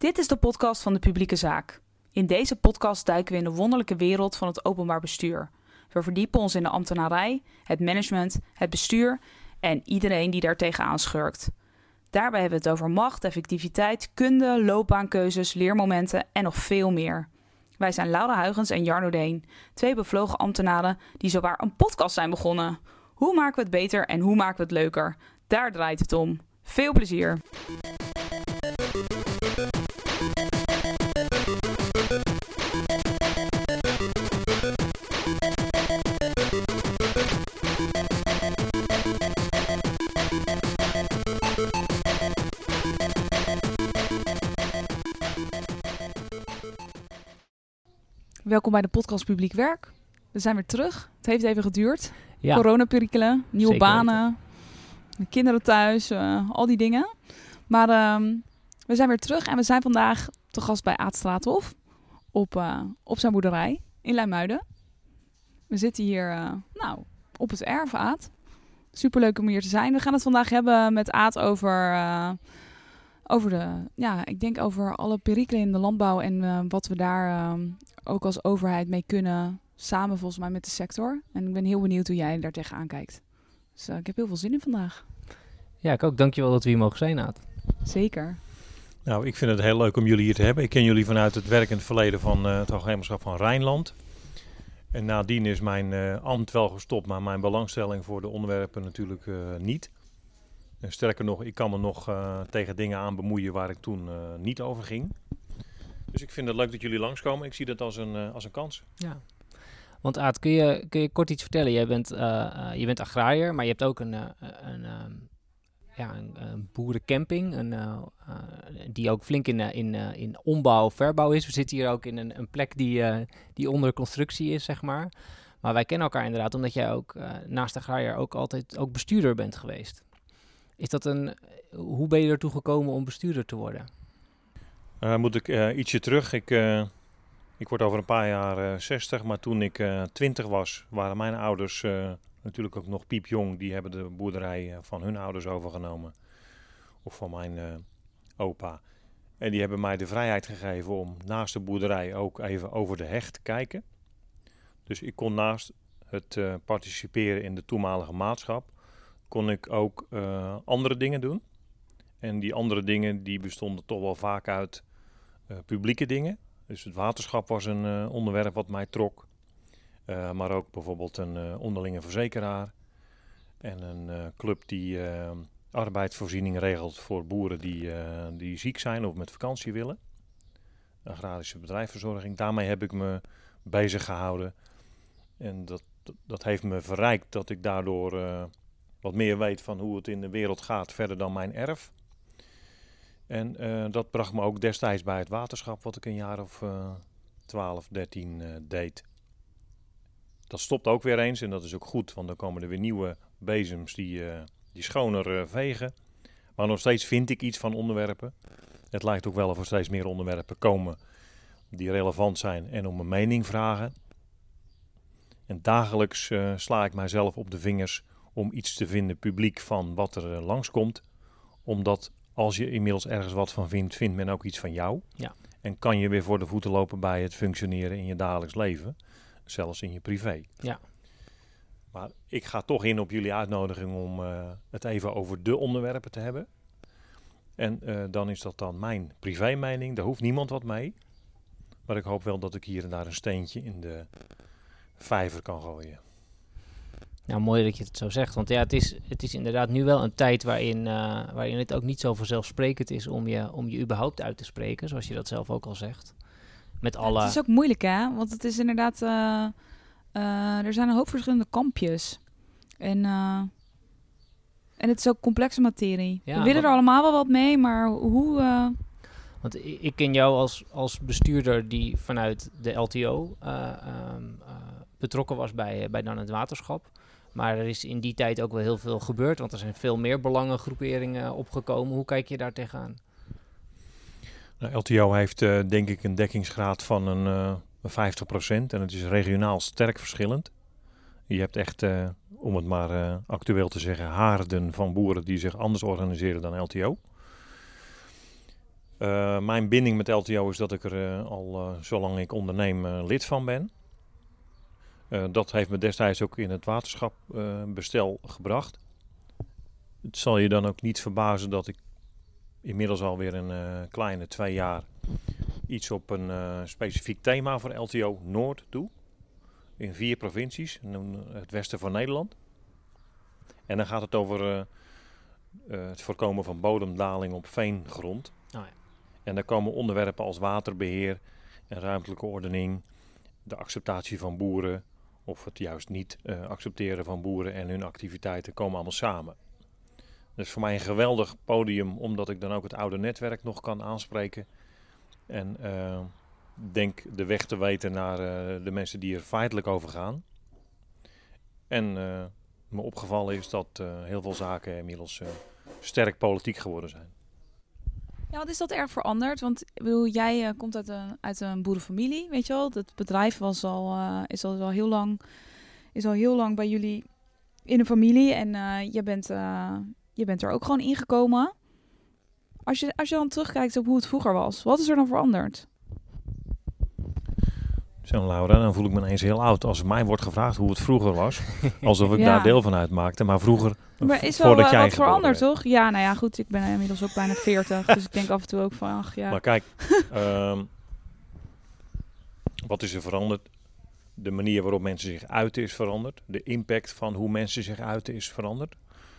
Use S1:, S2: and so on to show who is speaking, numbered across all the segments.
S1: Dit is de podcast van de Publieke Zaak. In deze podcast duiken we in de wonderlijke wereld van het openbaar bestuur. We verdiepen ons in de ambtenarij, het management, het bestuur en iedereen die daar tegenaan schurkt. Daarbij hebben we het over macht, effectiviteit, kunde, loopbaankeuzes, leermomenten en nog veel meer. Wij zijn Laura Huygens en Jarno Deen, twee bevlogen ambtenaren die zowaar een podcast zijn begonnen. Hoe maken we het beter en hoe maken we het leuker? Daar draait het om. Veel plezier! Welkom bij de podcast Publiek Werk. We zijn weer terug. Het heeft even geduurd.
S2: Ja.
S1: Coronaperikelen, nieuwe
S2: Zeker
S1: banen, kinderen thuis, al die dingen. Maar we zijn weer terug en we zijn vandaag te gast bij Aad Straathof op zijn boerderij in Leimuiden. We zitten hier op het erf, Aad. Superleuk om hier te zijn. We gaan het vandaag hebben met Aad over alle perikelen in de landbouw en wat we daar ook als overheid mee kunnen, samen volgens mij met de sector. En ik ben heel benieuwd hoe jij daar tegenaan kijkt. Dus ik heb heel veel zin in vandaag.
S2: Ja, ik ook. Dankjewel dat we hier mogen zijn, Aad.
S1: Zeker.
S3: Nou, ik vind het heel leuk om jullie hier te hebben. Ik ken jullie vanuit het werk in het verleden van het Hoogheemraadschap van Rijnland. En nadien is mijn ambt wel gestopt, maar mijn belangstelling voor de onderwerpen natuurlijk niet. En sterker nog, ik kan me nog tegen dingen aan bemoeien waar ik toen niet over ging. Dus ik vind het leuk dat jullie langskomen. Ik zie dat als een kans.
S2: Ja. Want Aad, kun je kort iets vertellen? Je bent agrariër, maar je hebt ook een boerencamping. Die ook flink in ombouw, verbouw is. We zitten hier ook in een plek die onder constructie is, zeg maar. Maar wij kennen elkaar inderdaad, omdat jij ook naast agrariër ook altijd ook bestuurder bent geweest. Hoe ben je ertoe gekomen om bestuurder te worden?
S3: Moet ik ietsje terug. Ik word over een paar jaar 60, maar toen ik 20 was, waren mijn ouders natuurlijk ook nog piepjong. Die hebben de boerderij van hun ouders overgenomen. Of van mijn opa. En die hebben mij de vrijheid gegeven om naast de boerderij ook even over de heg te kijken. Dus ik kon naast het participeren in de toenmalige maatschap, kon ik ook andere dingen doen. En die andere dingen die bestonden toch wel vaak uit publieke dingen. Dus het waterschap was een onderwerp wat mij trok. Maar ook bijvoorbeeld een onderlinge verzekeraar. En een club die arbeidsvoorziening regelt voor boeren die ziek zijn of met vakantie willen. Agrarische bedrijfsverzorging. Daarmee heb ik me bezig gehouden. En dat heeft me verrijkt dat ik daardoor wat meer weet van hoe het in de wereld gaat verder dan mijn erf. En dat bracht me ook destijds bij het waterschap, wat ik een jaar of 12, 13 deed. Dat stopt ook weer eens en dat is ook goed, want dan komen er weer nieuwe bezems die schoner vegen. Maar nog steeds vind ik iets van onderwerpen. Het lijkt ook wel of er steeds meer onderwerpen komen die relevant zijn en om een mening vragen. En dagelijks sla ik mijzelf op de vingers om iets te vinden publiek van wat er langskomt. Omdat als je inmiddels ergens wat van vindt, vindt men ook iets van jou.
S2: Ja.
S3: En kan je weer voor de voeten lopen bij het functioneren in je dagelijks leven. Zelfs in je privé.
S2: Ja.
S3: Maar ik ga toch in op jullie uitnodiging om het even over de onderwerpen te hebben. En dan is dat dan mijn privé mening. Daar hoeft niemand wat mee. Maar ik hoop wel dat ik hier en daar een steentje in de vijver kan gooien.
S2: Nou, mooi dat je het zo zegt. Want ja, het is inderdaad nu wel een tijd waarin het ook niet zo vanzelfsprekend is om je überhaupt uit te spreken. Zoals je dat zelf ook al zegt. Met alle...
S1: Het is ook moeilijk, hè? Want het is inderdaad... er zijn een hoop verschillende kampjes. En het is ook complexe materie.
S2: Ja,
S1: we willen er allemaal wel wat mee, maar hoe...
S2: Want ik ken jou als bestuurder die vanuit de LTO betrokken was bij dan het waterschap. Maar er is in die tijd ook wel heel veel gebeurd, want er zijn veel meer belangengroeperingen opgekomen. Hoe kijk je daar tegenaan?
S3: Nou, LTO heeft denk ik een dekkingsgraad van een 50% en het is regionaal sterk verschillend. Je hebt echt, om het maar actueel te zeggen, haarden van boeren die zich anders organiseren dan LTO. Mijn binding met LTO is dat ik er al zolang ik onderneem lid van ben. Dat heeft me destijds ook in het waterschapbestel gebracht. Het zal je dan ook niet verbazen dat ik inmiddels alweer een kleine 2 jaar iets op een specifiek thema voor LTO Noord doe. In 4 provincies, het westen van Nederland. En dan gaat het over het voorkomen van bodemdaling op veengrond.
S2: Oh ja.
S3: En daar komen onderwerpen als waterbeheer en ruimtelijke ordening, de acceptatie van boeren of het juist niet accepteren van boeren en hun activiteiten komen allemaal samen. Dat is voor mij een geweldig podium, omdat ik dan ook het oude netwerk nog kan aanspreken. En denk de weg te weten naar de mensen die er feitelijk over gaan. En me opgevallen is dat heel veel zaken inmiddels sterk politiek geworden zijn.
S1: Ja, wat is dat erg veranderd? Want ik bedoel, jij komt uit een boerenfamilie, weet je wel. Het bedrijf is al heel lang bij jullie in de familie. En je bent er ook gewoon ingekomen. Als je dan terugkijkt op hoe het vroeger was, wat is er dan veranderd?
S3: Zo Laura, dan voel ik me ineens heel oud als mij wordt gevraagd hoe het vroeger was. Alsof ik daar deel van uitmaakte. Maar vroeger,
S1: maar is wel wat veranderd, toch? Ja, nou ja, goed. Ik ben inmiddels ook bijna 40. Dus ik denk af en toe ook van, ach ja.
S3: Maar kijk, wat is er veranderd? De manier waarop mensen zich uiten is veranderd. De impact van hoe mensen zich uiten is veranderd.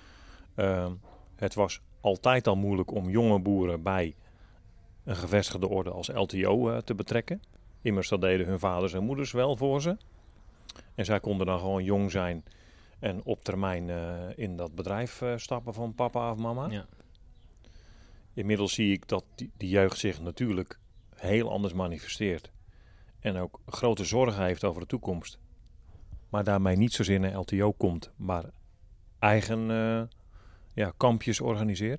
S3: Het was altijd al moeilijk om jonge boeren bij een gevestigde orde als LTO te betrekken. Immers, dat deden hun vaders en moeders wel voor ze. En zij konden dan gewoon jong zijn en op termijn in dat bedrijf stappen van papa of mama.
S2: Ja.
S3: Inmiddels zie ik dat die jeugd zich natuurlijk heel anders manifesteert. En ook grote zorgen heeft over de toekomst. Maar daarmee niet zozeer naar LTO komt, maar eigen kampjes organiseert.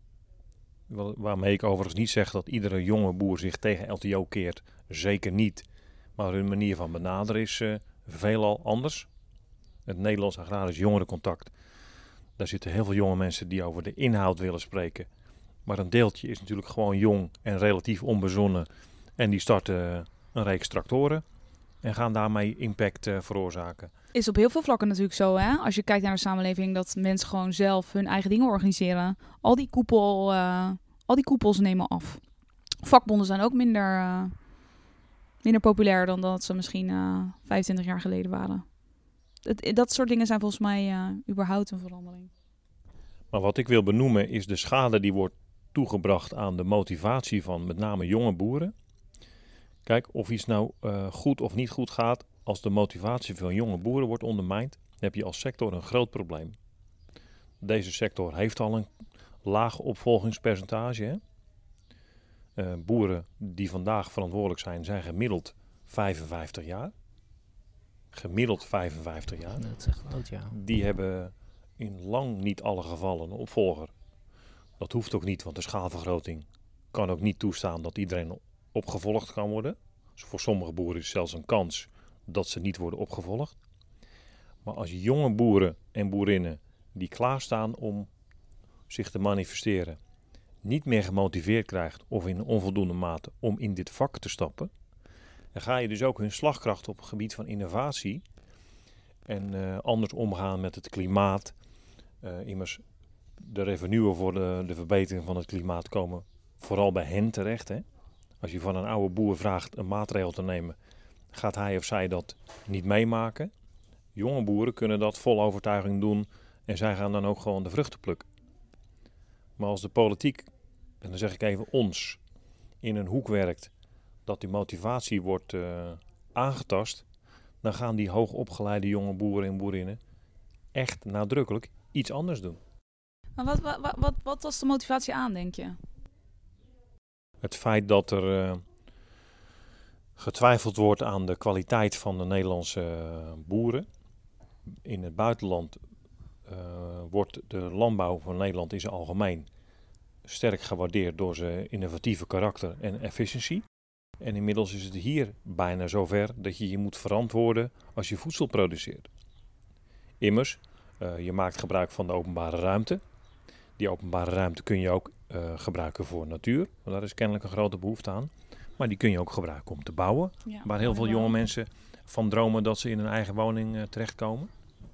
S3: Waarmee ik overigens niet zeg dat iedere jonge boer zich tegen LTO keert. Zeker niet. Maar hun manier van benaderen is veelal anders. Het Nederlands Agrarisch Jongerencontact. Daar zitten heel veel jonge mensen die over de inhoud willen spreken. Maar een deeltje is natuurlijk gewoon jong en relatief onbezonnen. En die starten een reeks tractoren. En gaan daarmee impact veroorzaken.
S1: Is op heel veel vlakken natuurlijk zo, hè? Als je kijkt naar de samenleving, dat mensen gewoon zelf hun eigen dingen organiseren. Al die koepels nemen af. Vakbonden zijn ook minder populair dan dat ze misschien 25 jaar geleden waren. Dat soort dingen zijn volgens mij überhaupt een verandering.
S3: Maar wat ik wil benoemen is de schade die wordt toegebracht aan de motivatie van met name jonge boeren. Kijk, of iets nou goed of niet goed gaat, als de motivatie van jonge boeren wordt ondermijnd, heb je als sector een groot probleem. Deze sector heeft al een laag opvolgingspercentage. Hè? Boeren die vandaag verantwoordelijk zijn gemiddeld 55 jaar. Gemiddeld 55 jaar.
S2: Dat is echt oud, ja.
S3: Die hebben in lang niet alle gevallen een opvolger. Dat hoeft ook niet, want de schaalvergroting kan ook niet toestaan dat iedereen opgevolgd kan worden. Dus voor sommige boeren is zelfs een kans dat ze niet worden opgevolgd. Maar als jonge boeren en boerinnen die klaarstaan om zich te manifesteren, niet meer gemotiveerd krijgt of in onvoldoende mate om in dit vak te stappen, dan ga je dus ook hun slagkracht op het gebied van innovatie en anders omgaan met het klimaat. Immers, de revenuen voor de verbetering van het klimaat komen vooral bij hen terecht. Hè? Als je van een oude boer vraagt een maatregel te nemen, gaat hij of zij dat niet meemaken. Jonge boeren kunnen dat vol overtuiging doen en zij gaan dan ook gewoon de vruchten plukken. Maar als de politiek, en dan zeg ik even ons, in een hoek werkt dat die motivatie wordt aangetast, dan gaan die hoogopgeleide jonge boeren en boerinnen echt nadrukkelijk iets anders doen.
S1: Maar wat was de motivatie aan, denk je?
S3: Het feit dat er getwijfeld wordt aan de kwaliteit van de Nederlandse boeren. In het buitenland wordt de landbouw van Nederland in zijn algemeen sterk gewaardeerd door zijn innovatieve karakter en efficiëntie. En inmiddels is het hier bijna zover dat je je moet verantwoorden als je voedsel produceert. Immers, je maakt gebruik van de openbare ruimte. Die openbare ruimte kun je ook gebruiken voor natuur. Want daar is kennelijk een grote behoefte aan. Maar die kun je ook gebruiken om te bouwen.
S1: Ja,
S3: Waar heel veel jonge mensen van dromen dat ze in een eigen woning terechtkomen.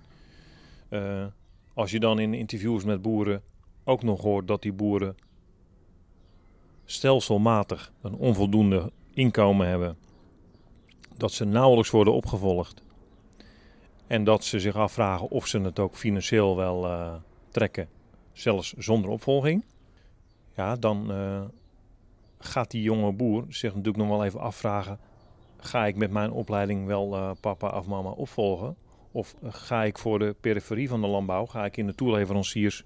S3: Als je dan in interviews met boeren ook nog hoort dat die boeren stelselmatig een onvoldoende inkomen hebben. Dat ze nauwelijks worden opgevolgd. En dat ze zich afvragen of ze het ook financieel wel trekken, zelfs zonder opvolging. Ja, dan gaat die jonge boer zich natuurlijk nog wel even afvragen. Ga ik met mijn opleiding wel papa of mama opvolgen? Of ga ik voor de periferie van de landbouw, ga ik in de toeleveranciers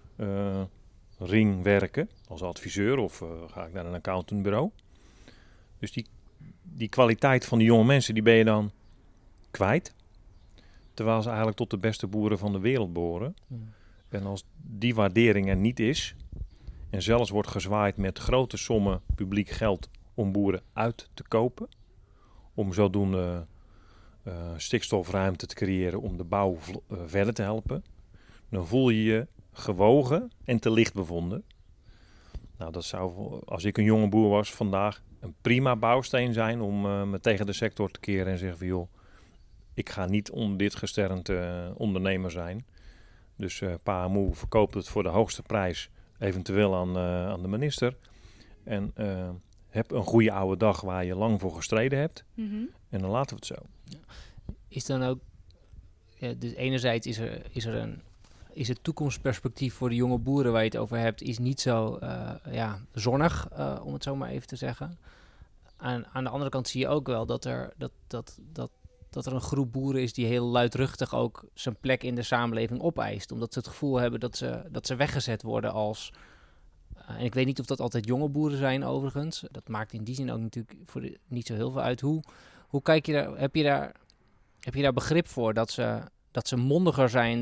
S3: ring werken als adviseur of ga ik naar een accountantbureau? Dus die kwaliteit van die jonge mensen, die ben je dan kwijt. Terwijl ze eigenlijk tot de beste boeren van de wereld behoren. En als die waardering er niet is, en zelfs wordt gezwaaid met grote sommen publiek geld om boeren uit te kopen, om zodoende stikstofruimte te creëren om de bouw verder te helpen, dan voel je je gewogen en te licht bevonden. Nou, dat zou, als ik een jonge boer was vandaag, een prima bouwsteen zijn om me tegen de sector te keren en zeggen van joh, ik ga niet onder dit gesternte ondernemer zijn. Dus pa en moe verkoopt het voor de hoogste prijs, eventueel aan de minister. En heb een goede oude dag waar je lang voor gestreden hebt. Mm-hmm. En dan laten we het zo.
S2: Is dan ook, dus enerzijds is het toekomstperspectief voor de jonge boeren waar je het over hebt, is niet zo zonnig, om het zo maar even te zeggen. Aan de andere kant zie je ook wel dat er een groep boeren is die heel luidruchtig ook zijn plek in de samenleving opeist. Omdat ze het gevoel hebben dat ze weggezet worden als... en ik weet niet of dat altijd jonge boeren zijn overigens. Dat maakt in die zin ook natuurlijk niet zo heel veel uit. Hoe kijk je daar? Heb je daar begrip voor dat ze mondiger zijn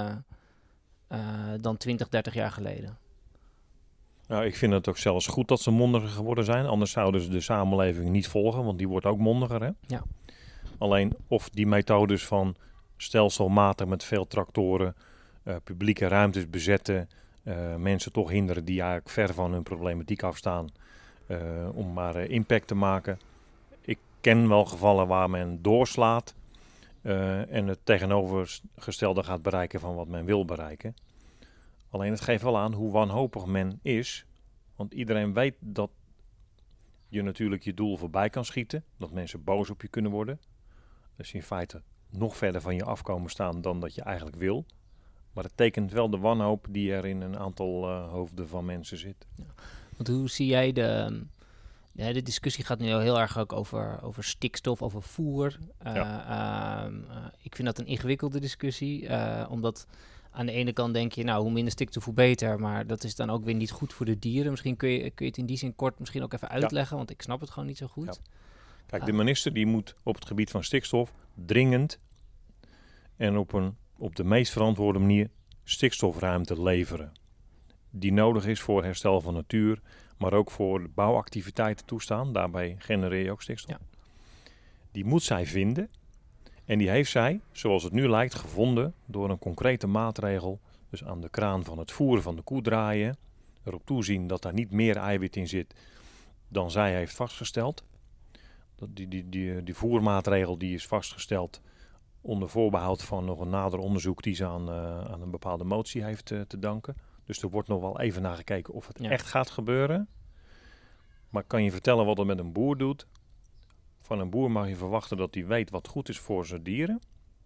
S2: dan 20, 30 jaar geleden?
S3: Nou, ik vind het ook zelfs goed dat ze mondiger geworden zijn. Anders zouden ze de samenleving niet volgen, want die wordt ook mondiger, hè? Ja. Alleen of die methodes van stelselmatig met veel tractoren publieke ruimtes bezetten, mensen toch hinderen die eigenlijk ver van hun problematiek afstaan om maar impact te maken. Ik ken wel gevallen waar men doorslaat en het tegenovergestelde gaat bereiken van wat men wil bereiken. Alleen het geeft wel aan hoe wanhopig men is, want iedereen weet dat je natuurlijk je doel voorbij kan schieten, dat mensen boos op je kunnen worden. Dus in feite nog verder van je afkomen staan dan dat je eigenlijk wil. Maar het tekent wel de wanhoop die er in een aantal hoofden van mensen zit.
S2: Ja. Want hoe zie jij de discussie gaat nu heel erg ook over stikstof, over voer. Ik vind dat een ingewikkelde discussie, omdat aan de ene kant denk je, nou, hoe minder stikstof, hoe beter. Maar dat is dan ook weer niet goed voor de dieren. Misschien kun je het in die zin kort misschien ook even uitleggen, want ik snap het gewoon niet zo goed. Ja.
S3: Kijk, de minister die moet op het gebied van stikstof dringend en op de meest verantwoorde manier stikstofruimte leveren. Die nodig is voor herstel van natuur, maar ook voor bouwactiviteiten toestaan. Daarbij genereer je ook stikstof. Ja. Die moet zij vinden. En die heeft zij, zoals het nu lijkt, gevonden door een concrete maatregel. Dus aan de kraan van het voeren van de koe draaien. Erop toezien dat daar niet meer eiwit in zit dan zij heeft vastgesteld. Die voermaatregel die is vastgesteld onder voorbehoud van nog een nader onderzoek die ze aan een bepaalde motie heeft te danken. Dus er wordt nog wel even naar gekeken of het echt gaat gebeuren. Maar kan je vertellen wat het met een boer doet? Van een boer mag je verwachten dat hij weet wat goed is voor zijn dieren.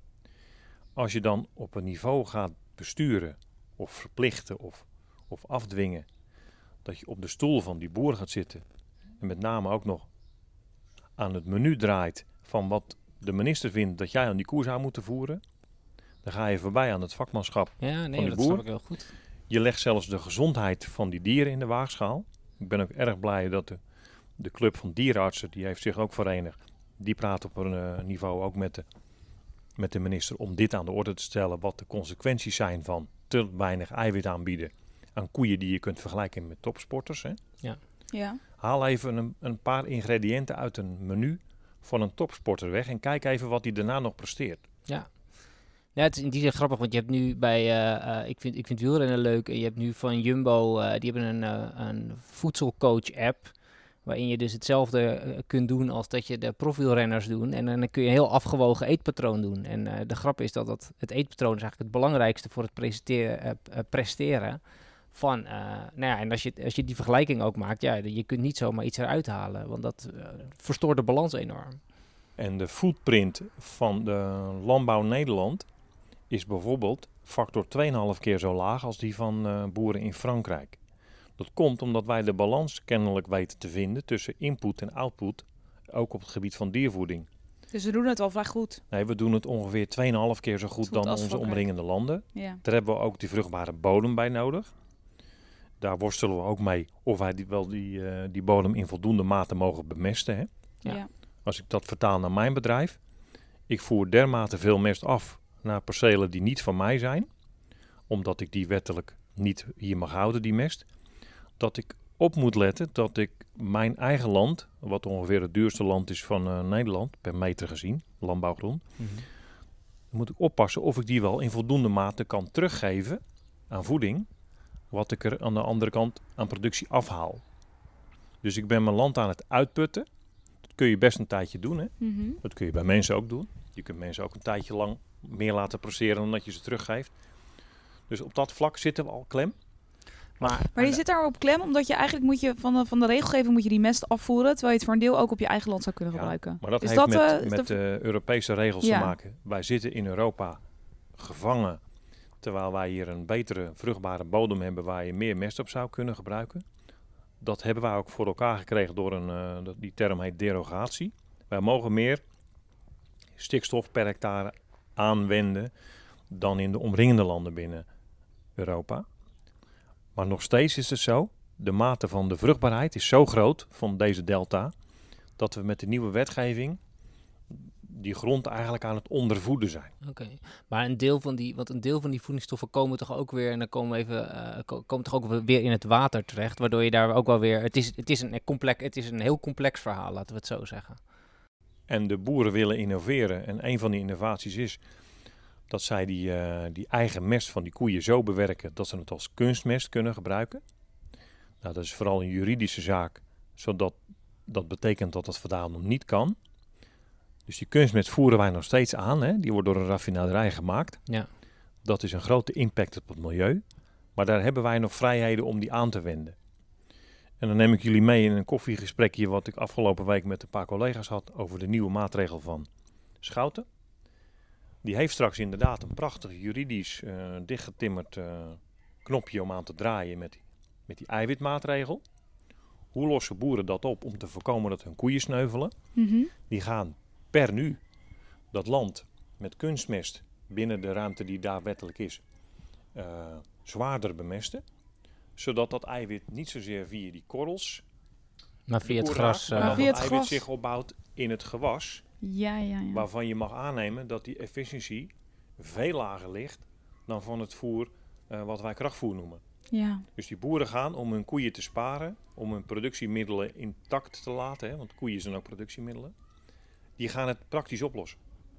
S3: Als je dan op een niveau gaat besturen of verplichten of afdwingen dat je op de stoel van die boer gaat zitten en met name ook nog aan het menu draait van wat de minister vindt dat jij aan die koe zou moeten voeren, dan ga je voorbij aan het vakmanschap van de boer.
S2: Dat snap ik wel goed.
S3: Je legt zelfs de gezondheid van die dieren in de waagschaal. Ik ben ook erg blij dat de club van dierenartsen, die heeft zich ook verenigd. Die praat op een niveau ook met de minister om dit aan de orde te stellen. Wat de consequenties zijn van te weinig eiwit aanbieden aan koeien die je kunt vergelijken met topsporters. Hè? Ja. Haal even een paar ingrediënten uit een menu van een topsporter weg en kijk even wat hij daarna nog presteert.
S2: Ja. Ja, het is in die zin grappig, want je hebt nu bij, ik vind wielrennen leuk, en je hebt nu van Jumbo, die hebben een voedselcoach-app, waarin je dus hetzelfde kunt doen als dat je de profielrenners doen. En dan kun je een heel afgewogen eetpatroon doen. En de grap is dat het eetpatroon is eigenlijk het belangrijkste voor het presteren van, en als je die vergelijking ook maakt, ja, je kunt niet zomaar iets eruit halen, want dat verstoort de balans enorm.
S3: En de footprint van de landbouw Nederland is bijvoorbeeld factor 2,5 keer zo laag als die van boeren in Frankrijk. Dat komt omdat wij de balans kennelijk weten te vinden tussen input en output, ook op het gebied van diervoeding.
S1: Dus we doen het al vrij goed.
S3: Nee, we doen het ongeveer 2,5 keer zo goed dan onze omringende landen.
S1: Ja.
S3: Daar hebben we ook die vruchtbare bodem bij nodig. Daar worstelen we ook mee of wij die bodem in voldoende mate mogen bemesten. Hè?
S1: Ja.
S3: Als ik dat vertaal naar mijn bedrijf. Ik voer dermate veel mest af naar percelen die niet van mij zijn. Omdat ik die wettelijk niet hier mag houden, die mest. Dat ik op moet letten dat ik mijn eigen land, wat ongeveer het duurste land is van Nederland, per meter gezien, landbouwgrond.
S2: Mm-hmm.
S3: Dan moet ik oppassen of ik die wel in voldoende mate kan teruggeven aan voeding. Wat ik er aan de andere kant aan productie afhaal. Dus ik ben mijn land aan het uitputten. Dat kun je best een tijdje doen. Hè?
S1: Mm-hmm.
S3: Dat kun je bij mensen ook doen. Je kunt mensen ook een tijdje lang meer laten presteren dan dat je ze teruggeeft. Dus op dat vlak zitten we al klem.
S1: Maar je zit daar op klem, omdat je eigenlijk moet je van de regelgeving moet je die mest afvoeren, terwijl je het voor een deel ook op je eigen land zou kunnen gebruiken.
S3: Maar dat
S1: is
S3: heeft
S1: dat,
S3: met de Europese regels te maken. Wij zitten in Europa gevangen, terwijl wij hier een betere vruchtbare bodem hebben waar je meer mest op zou kunnen gebruiken. Dat hebben wij ook voor elkaar gekregen door die term heet derogatie. Wij mogen meer stikstof per hectare aanwenden dan in de omringende landen binnen Europa. Maar nog steeds is het zo, de mate van de vruchtbaarheid is zo groot van deze delta, dat we met de nieuwe wetgeving die grond eigenlijk aan het ondervoeden zijn.
S2: Oké. Maar een deel van die voedingsstoffen komen toch ook weer, en dan komen toch ook weer in het water terecht, waardoor je daar ook wel weer, het is een heel complex verhaal, laten we het zo zeggen.
S3: En de boeren willen innoveren en een van die innovaties is dat zij die eigen mest van die koeien zo bewerken dat ze het als kunstmest kunnen gebruiken. Nou, dat is vooral een juridische zaak, zodat dat betekent dat dat vandaag nog niet kan. Dus die kunstmest voeren wij nog steeds aan. Hè? Die wordt door een raffinaderij gemaakt.
S2: Ja.
S3: Dat is een grote impact op het milieu. Maar daar hebben wij nog vrijheden om die aan te wenden. En dan neem ik jullie mee in een koffiegesprekje wat ik afgelopen week met een paar collega's had over de nieuwe maatregel van Schouten. Die heeft straks inderdaad een prachtig juridisch dichtgetimmerd knopje om aan te draaien met die eiwitmaatregel. Hoe lossen boeren dat op om te voorkomen dat hun koeien sneuvelen?
S1: Mm-hmm.
S3: Die gaan per nu dat land met kunstmest binnen de ruimte die daar wettelijk is zwaarder bemesten. Zodat dat eiwit niet zozeer via die korrels,
S2: maar via het gras.
S3: maar dat
S1: via het
S3: eiwit
S1: gras
S3: zich opbouwt in het gewas.
S1: Ja.
S3: Waarvan je mag aannemen dat die efficiëntie veel lager ligt dan van het voer wat wij krachtvoer noemen.
S1: Ja.
S3: Dus die boeren gaan om hun koeien te sparen, om hun productiemiddelen intact te laten, hè, want koeien zijn ook productiemiddelen. Die gaan het praktisch oplossen.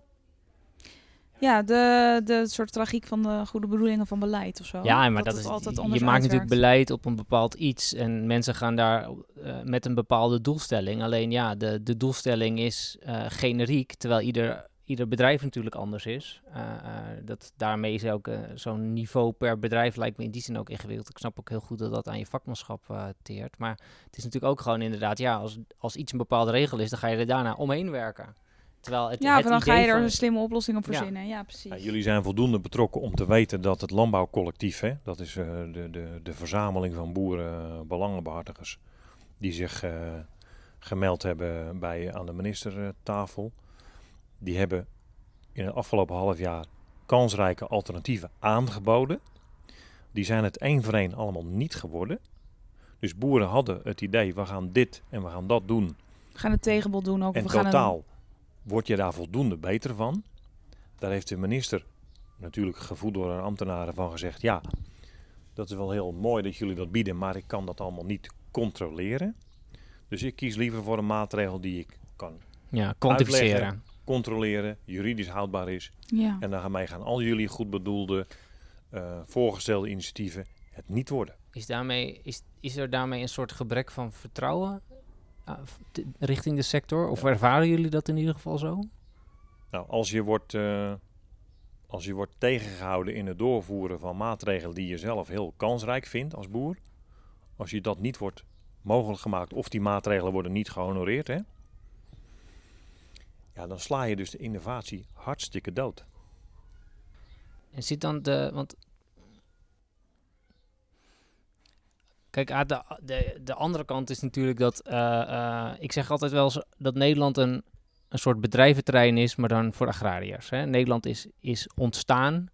S1: Ja, de soort tragiek van de goede bedoelingen van beleid of zo.
S2: Ja, maar dat
S1: het
S2: is
S1: altijd
S2: je
S1: anders
S2: maakt
S1: uitwerkt.
S2: natuurlijk beleid op een bepaald iets en mensen gaan daar met een bepaalde doelstelling. Alleen ja, de doelstelling is generiek, terwijl ieder bedrijf natuurlijk anders is. Daarmee is ook zo'n niveau per bedrijf lijkt me in die zin ook ingewikkeld. Ik snap ook heel goed dat aan je vakmanschap teert. Maar het is natuurlijk ook gewoon inderdaad, ja, als iets een bepaalde regel is, dan ga je er daarna omheen werken. Terwijl het
S1: Ja, dan ga je er
S2: van
S1: een slimme oplossing op verzinnen. Ja, precies.
S3: Nou, jullie zijn voldoende betrokken om te weten dat het landbouwcollectief, hè, dat is de verzameling van boerenbelangenbehartigers, die zich gemeld hebben aan de ministertafel. Die hebben in het afgelopen half jaar kansrijke alternatieven aangeboden. Die zijn het één voor één allemaal niet geworden. Dus boeren hadden het idee, we gaan dit en we gaan dat doen.
S1: We gaan het tegenbod doen ook.
S3: En totaal word je daar voldoende beter van. Daar heeft de minister natuurlijk gevoed door haar ambtenaren van gezegd, ja, dat is wel heel mooi dat jullie dat bieden, maar ik kan dat allemaal niet controleren. Dus ik kies liever voor een maatregel die ik kan
S2: kwantificeren.
S3: uitleggen controleren, juridisch houdbaar is.
S1: Ja.
S3: En daarmee gaan al jullie goed bedoelde voorgestelde initiatieven het niet worden.
S2: Is er daarmee een soort gebrek van vertrouwen richting de sector? Of ervaren jullie dat in ieder geval zo?
S3: Nou, als je wordt tegengehouden in het doorvoeren van maatregelen die je zelf heel kansrijk vindt als boer, als je dat niet wordt mogelijk gemaakt of die maatregelen worden niet gehonoreerd, hè, ja, dan sla je dus de innovatie hartstikke dood.
S2: En zit dan want kijk, de andere kant is natuurlijk dat ik zeg altijd wel eens dat Nederland een soort bedrijventerrein is, maar dan voor agrariërs. Hè. Nederland is ontstaan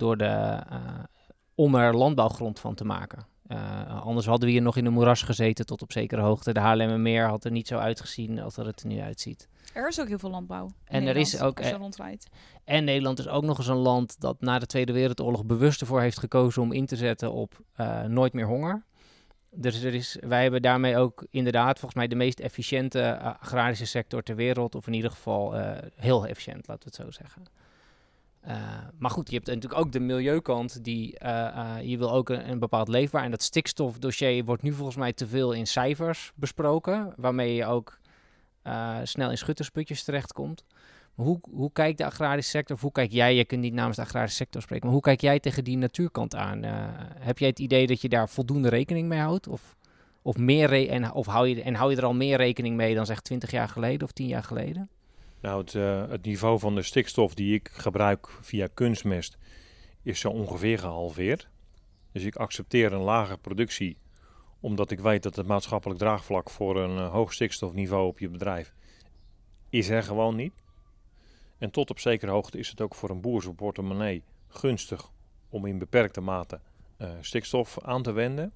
S2: om er landbouwgrond van te maken. Anders hadden we hier nog in een moeras gezeten tot op zekere hoogte. De Haarlemmermeer had er niet zo uitgezien als dat het er nu uitziet.
S1: Er is ook heel veel landbouw in
S2: En er
S1: Nederland,
S2: is ook
S1: als je rondrijdt.
S2: En Nederland is ook nog eens een land dat na de Tweede Wereldoorlog bewust ervoor heeft gekozen om in te zetten op nooit meer honger. Dus wij hebben daarmee ook inderdaad volgens mij de meest efficiënte agrarische sector ter wereld. Of in ieder geval heel efficiënt, laten we het zo zeggen. Maar goed, je hebt natuurlijk ook de milieukant. Je wil ook een bepaald leefbaar. En dat stikstofdossier wordt nu volgens mij te veel in cijfers besproken. Waarmee je ook snel in schuttersputjes terechtkomt. Maar hoe kijkt de agrarische sector, of hoe kijk jij, je kunt niet namens de agrarische sector spreken, maar hoe kijk jij tegen die natuurkant aan? Heb jij het idee dat je daar voldoende rekening mee houdt? Of hou je er al meer rekening mee dan zeg 20 jaar geleden of 10 jaar geleden?
S3: Nou, het niveau van de stikstof die ik gebruik via kunstmest is zo ongeveer gehalveerd. Dus ik accepteer een lage productie, omdat ik weet dat het maatschappelijk draagvlak voor een hoog stikstofniveau op je bedrijf is er gewoon niet. En tot op zekere hoogte is het ook voor een boer zijn portemonnee gunstig om in beperkte mate stikstof aan te wenden.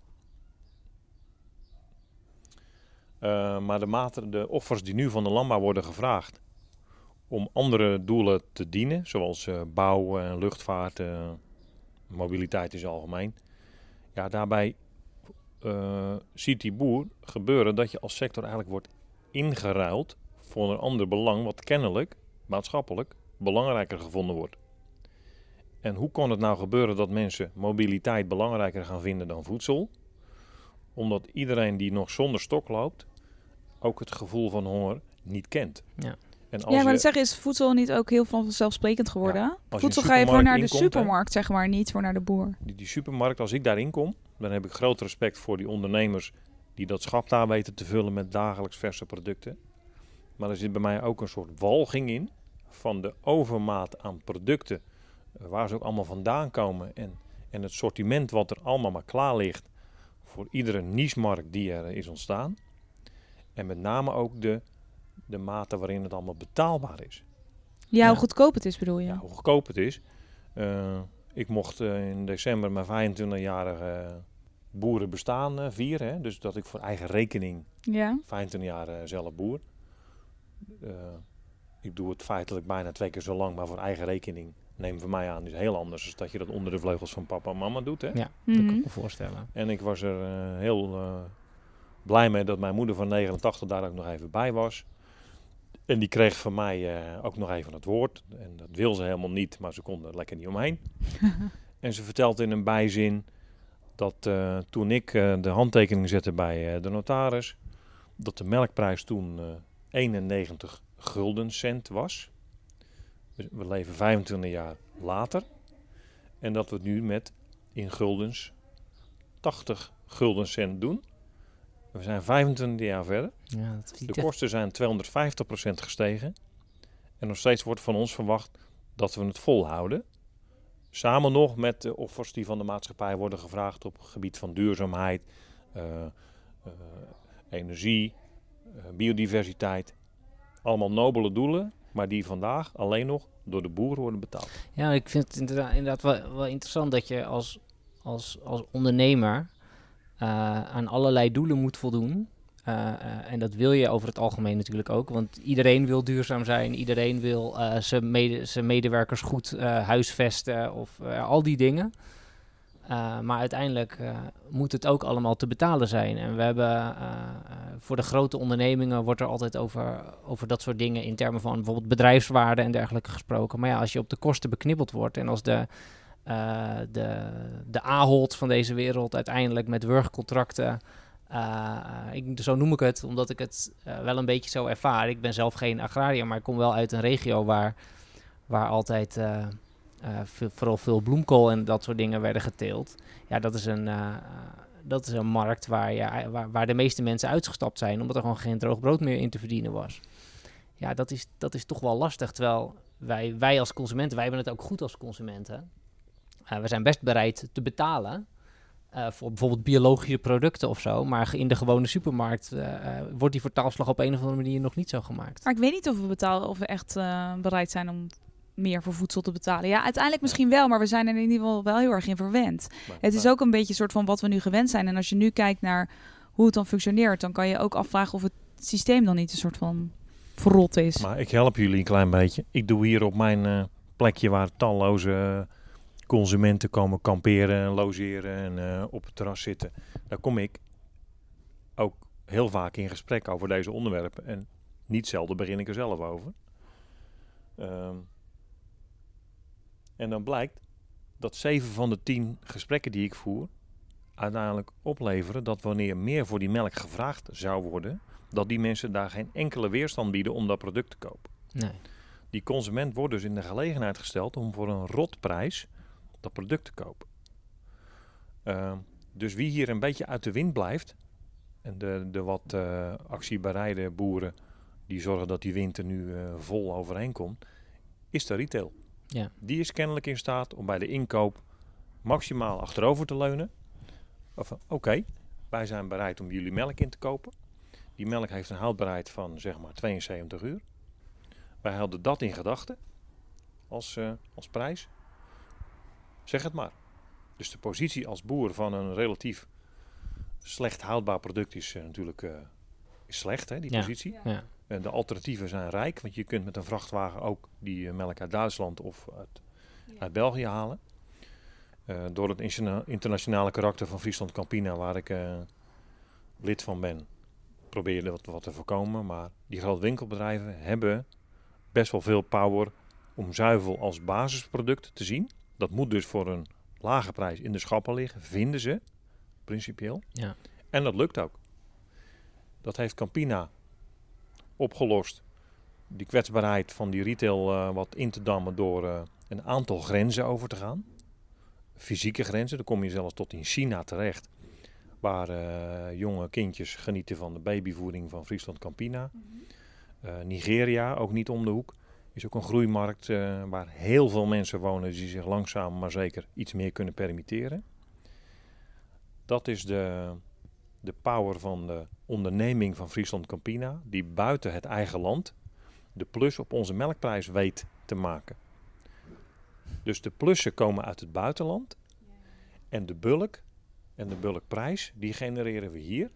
S3: Maar de offers die nu van de landbouw worden gevraagd om andere doelen te dienen, zoals bouw en luchtvaart, mobiliteit in het algemeen. Ja, daarbij ziet die boer gebeuren dat je als sector eigenlijk wordt ingeruild voor een ander belang wat kennelijk maatschappelijk belangrijker gevonden wordt. En hoe kon het nou gebeuren dat mensen mobiliteit belangrijker gaan vinden dan voedsel? Omdat iedereen die nog zonder stok loopt, ook het gevoel van honger niet kent.
S2: Ja.
S1: Maar dat zeggen, is voedsel niet ook heel vanzelfsprekend geworden?
S3: Ja,
S1: voedsel ga je voor naar de supermarkt, zeg maar, niet voor naar de boer.
S3: Die supermarkt, als ik daarin kom, dan heb ik groot respect voor die ondernemers die dat schap daar weten te vullen met dagelijks verse producten. Maar er zit bij mij ook een soort walging in van de overmaat aan producten, waar ze ook allemaal vandaan komen en het sortiment wat er allemaal maar klaar ligt voor iedere niche-markt die er is ontstaan. En met name ook de mate waarin het allemaal betaalbaar is.
S1: Ja, hoe goedkoop het is bedoel je?
S3: Ja, hoe goedkoop het is. Ik mocht in december mijn 25-jarige boerenbestaan vieren. Hè? Dus dat ik voor eigen rekening 25 jaar zelf boer. Ik doe het feitelijk bijna 2 keer zo lang, maar voor eigen rekening neem voor mij aan is heel anders dan dat je dat onder de vleugels van papa en mama doet. Hè?
S2: Ja, dat kan ik me voorstellen.
S3: En ik was er heel blij mee dat mijn moeder van 89 daar ook nog even bij was. En die kreeg van mij ook nog even het woord. En dat wil ze helemaal niet, maar ze kon er lekker niet omheen. En ze vertelt in een bijzin dat toen ik de handtekening zette bij de notaris, dat de melkprijs toen 91 guldencent was. We leven 25 jaar later. En dat we het nu met in guldens 80 guldencent doen. We zijn 25 jaar verder.
S2: Ja,
S3: de kosten zijn 250% gestegen. En nog steeds wordt van ons verwacht dat we het volhouden. Samen nog met de offers die van de maatschappij worden gevraagd op het gebied van duurzaamheid, energie, biodiversiteit. Allemaal nobele doelen, maar die vandaag alleen nog door de boeren worden betaald.
S2: Ja, ik vind het inderdaad wel interessant dat je als ondernemer aan allerlei doelen moet voldoen. En dat wil je over het algemeen natuurlijk ook. Want iedereen wil duurzaam zijn. Iedereen wil zijn medewerkers goed huisvesten. Of al die dingen. Maar uiteindelijk moet het ook allemaal te betalen zijn. En we hebben voor de grote ondernemingen wordt er altijd over dat soort dingen in termen van bijvoorbeeld bedrijfswaarde en dergelijke gesproken. Maar ja, als je op de kosten beknibbeld wordt en als de Ahold van deze wereld uiteindelijk met wurgcontracten, zo noem ik het, omdat ik het wel een beetje zo ervaar. Ik ben zelf geen agrariër, maar ik kom wel uit een regio waar altijd vooral veel bloemkool en dat soort dingen werden geteeld. Ja, dat is een markt waar de meeste mensen uitgestapt zijn, omdat er gewoon geen droog brood meer in te verdienen was. Ja, dat is toch wel lastig, terwijl wij als consumenten, wij hebben het ook goed als consumenten. We zijn best bereid te betalen voor bijvoorbeeld biologische producten of zo, maar in de gewone supermarkt wordt die vertaalslag op een of andere manier nog niet zo gemaakt.
S1: Maar ik weet niet of we echt bereid zijn om meer voor voedsel te betalen. Ja, uiteindelijk misschien wel, maar we zijn er in ieder geval wel heel erg in verwend. Het is ook een beetje een soort van wat we nu gewend zijn. En als je nu kijkt naar hoe het dan functioneert, dan kan je ook afvragen of het systeem dan niet een soort van verrot is.
S3: Maar ik help jullie een klein beetje. Ik doe hier op mijn plekje waar talloze consumenten komen kamperen en logeren en op het terras zitten. Daar kom ik ook heel vaak in gesprek over deze onderwerpen. En niet zelden begin ik er zelf over. En dan blijkt dat 7 van de 10 gesprekken die ik voer uiteindelijk opleveren dat wanneer meer voor die melk gevraagd zou worden, dat die mensen daar geen enkele weerstand bieden om dat product te kopen.
S2: Nee.
S3: Die consument wordt dus in de gelegenheid gesteld om voor een rotprijs dat product te kopen. Dus wie hier een beetje uit de wind blijft, en de wat actiebereide boeren die zorgen dat die wind er nu vol overheen komt, is de retail.
S2: Ja.
S3: Die is kennelijk in staat om bij de inkoop maximaal achterover te leunen. Oké, wij zijn bereid om jullie melk in te kopen. Die melk heeft een houdbaarheid van zeg maar 72 uur. Wij hadden dat in gedachten als prijs. Zeg het maar. Dus de positie als boer van een relatief slecht houdbaar product is natuurlijk is slecht, hè, die positie.
S2: Ja.
S3: En de alternatieven zijn rijk, want je kunt met een vrachtwagen ook die melk uit Duitsland of uit België halen. Door het internationale karakter van Friesland Campina, waar ik lid van ben, probeer je wat te voorkomen. Maar die grote winkelbedrijven hebben best wel veel power om zuivel als basisproduct te zien. Dat moet dus voor een lage prijs in de schappen liggen, vinden ze, principieel.
S2: Ja.
S3: En dat lukt ook. Dat heeft Campina opgelost. Die kwetsbaarheid van die retail wat in te dammen door een aantal grenzen over te gaan. Fysieke grenzen, dan kom je zelfs tot in China terecht. Waar jonge kindjes genieten van de babyvoeding van Friesland Campina. Nigeria, ook niet om de hoek. Is ook een groeimarkt waar heel veel mensen wonen die zich langzaam maar zeker iets meer kunnen permitteren. Dat is de power van de onderneming van Friesland Campina, die buiten het eigen land de plus op onze melkprijs weet te maken. Dus de plussen komen uit het buitenland en de bulk en de bulkprijs, die genereren we hier.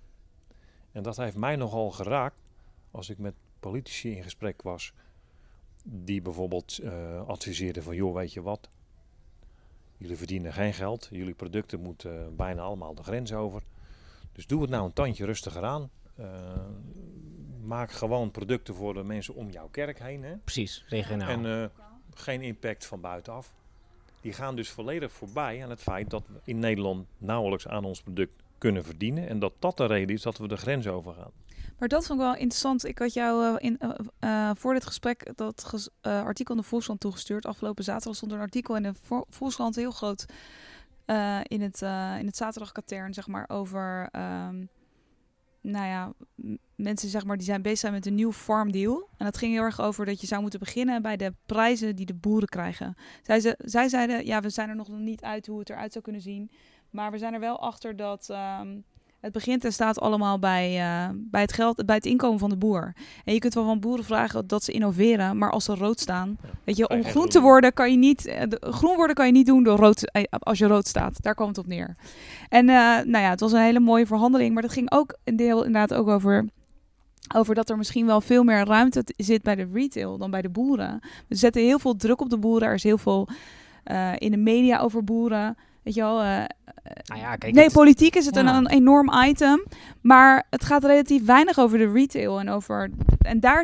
S3: En dat heeft mij nogal geraakt als ik met politici in gesprek was die bijvoorbeeld adviseerden van, joh, weet je wat, jullie verdienen geen geld, jullie producten moeten bijna allemaal de grens over. Dus doe het nou een tandje rustiger aan. Maak gewoon producten voor de mensen om jouw kerk heen. Hè?
S2: Precies, regionaal.
S3: En geen impact van buitenaf. Die gaan dus volledig voorbij aan het feit dat we in Nederland nauwelijks aan ons product kunnen verdienen. En dat de reden is dat we de grens overgaan.
S1: Maar dat vond ik wel interessant. Ik had jou voor dit gesprek dat artikel in de Volkskrant toegestuurd. Afgelopen zaterdag stond er een artikel in de Volkskrant heel groot in het zaterdagkatern, zeg maar, over mensen, zeg maar, die zijn bezig met een nieuw farm deal. En dat ging heel erg over dat je zou moeten beginnen bij de prijzen die de boeren krijgen. Zij zeiden, ja, we zijn er nog niet uit hoe het eruit zou kunnen zien. Maar we zijn er wel achter dat het begint en staat allemaal bij het geld, bij het inkomen van de boer. En je kunt wel van boeren vragen dat ze innoveren, maar als ze rood staan, weet je, om groen te worden kan je niet, groen worden kan je niet doen door rood, als je rood staat. Daar kwam het op neer. En het was een hele mooie verhandeling, maar dat ging ook een deel inderdaad ook over dat er misschien wel veel meer ruimte zit bij de retail dan bij de boeren. We zetten heel veel druk op de boeren. Er is heel veel in de media over boeren. weet je wel...
S2: Kijk,
S1: nee, politiek is het
S2: ja.
S1: een enorm item. Maar het gaat relatief weinig over de retail. En daar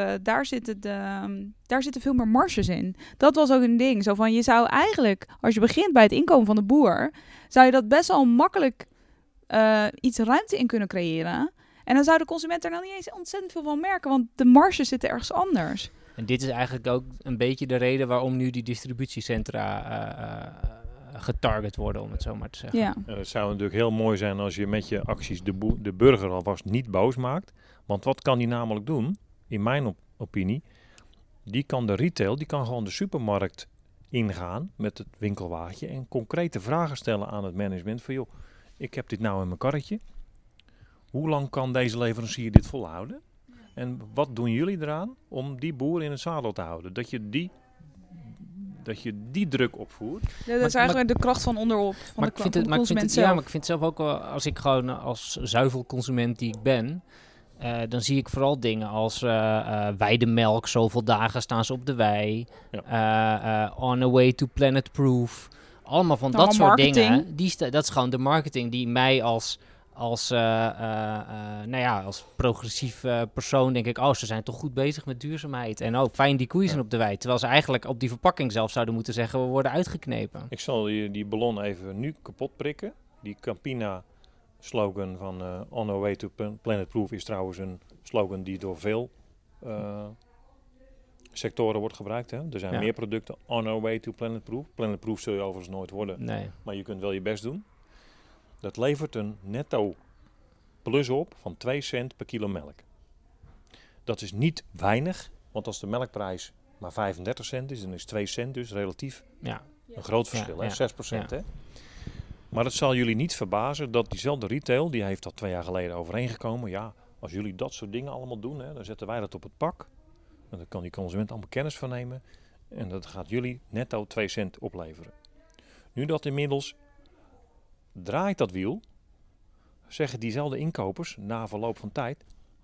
S1: zitten veel meer marges in. Dat was ook een ding. Zo van, je zou eigenlijk, als je begint bij het inkomen van de boer... zou je dat best wel makkelijk iets ruimte in kunnen creëren. En dan zou de consument er nou niet eens ontzettend veel van merken. Want de marges zitten ergens anders.
S2: En dit is eigenlijk ook een beetje de reden waarom nu die distributiecentra getarget worden, om het zo maar te zeggen.
S1: Ja.
S3: En het zou natuurlijk heel mooi zijn als je met je acties de burger alvast niet boos maakt. Want wat kan die namelijk doen, in mijn opinie? Die kan gewoon de supermarkt ingaan met het winkelwagentje en concrete vragen stellen aan het management van, joh, ik heb dit nou in mijn karretje. Hoe lang kan deze leverancier dit volhouden? En wat doen jullie eraan om die boer in het zadel te houden? Dat je die druk opvoert.
S1: Dat is eigenlijk de kracht van onderop, van de consument zelf.
S2: Maar ik vind zelf ook wel, als ik gewoon als zuivelconsument die ik ben, dan zie ik vooral dingen als weidemelk, zoveel dagen staan ze op de wei, on a way to planet proof. Allemaal van dat soort dingen. Dat is gewoon de marketing die mij als progressief persoon denk ik, ze zijn toch goed bezig met duurzaamheid. En fijn die koeien zijn op de wei. Terwijl ze eigenlijk op die verpakking zelf zouden moeten zeggen, we worden uitgeknepen.
S3: Ik zal die ballon even nu kapot prikken. Die Campina slogan van On Our Way to Planet Proof is trouwens een slogan die door veel sectoren wordt gebruikt. Hè? Er zijn meer producten On Our Way to Planet Proof. Planet Proof zul je overigens nooit worden, maar je kunt wel je best doen. Dat levert een netto plus op van 2 cent per kilo melk. Dat is niet weinig, want als de melkprijs maar 35 cent is, dan is 2 cent dus relatief een groot verschil. 6%. Hè? Maar het zal jullie niet verbazen dat diezelfde retail, die heeft dat 2 jaar geleden overeengekomen. Ja, als jullie dat soort dingen allemaal doen, hè, dan zetten wij dat op het pak. En dan kan die consument allemaal kennis van nemen. En dat gaat jullie netto 2 cent opleveren. Nu dat inmiddels draait dat wiel, zeggen diezelfde inkopers na verloop van tijd,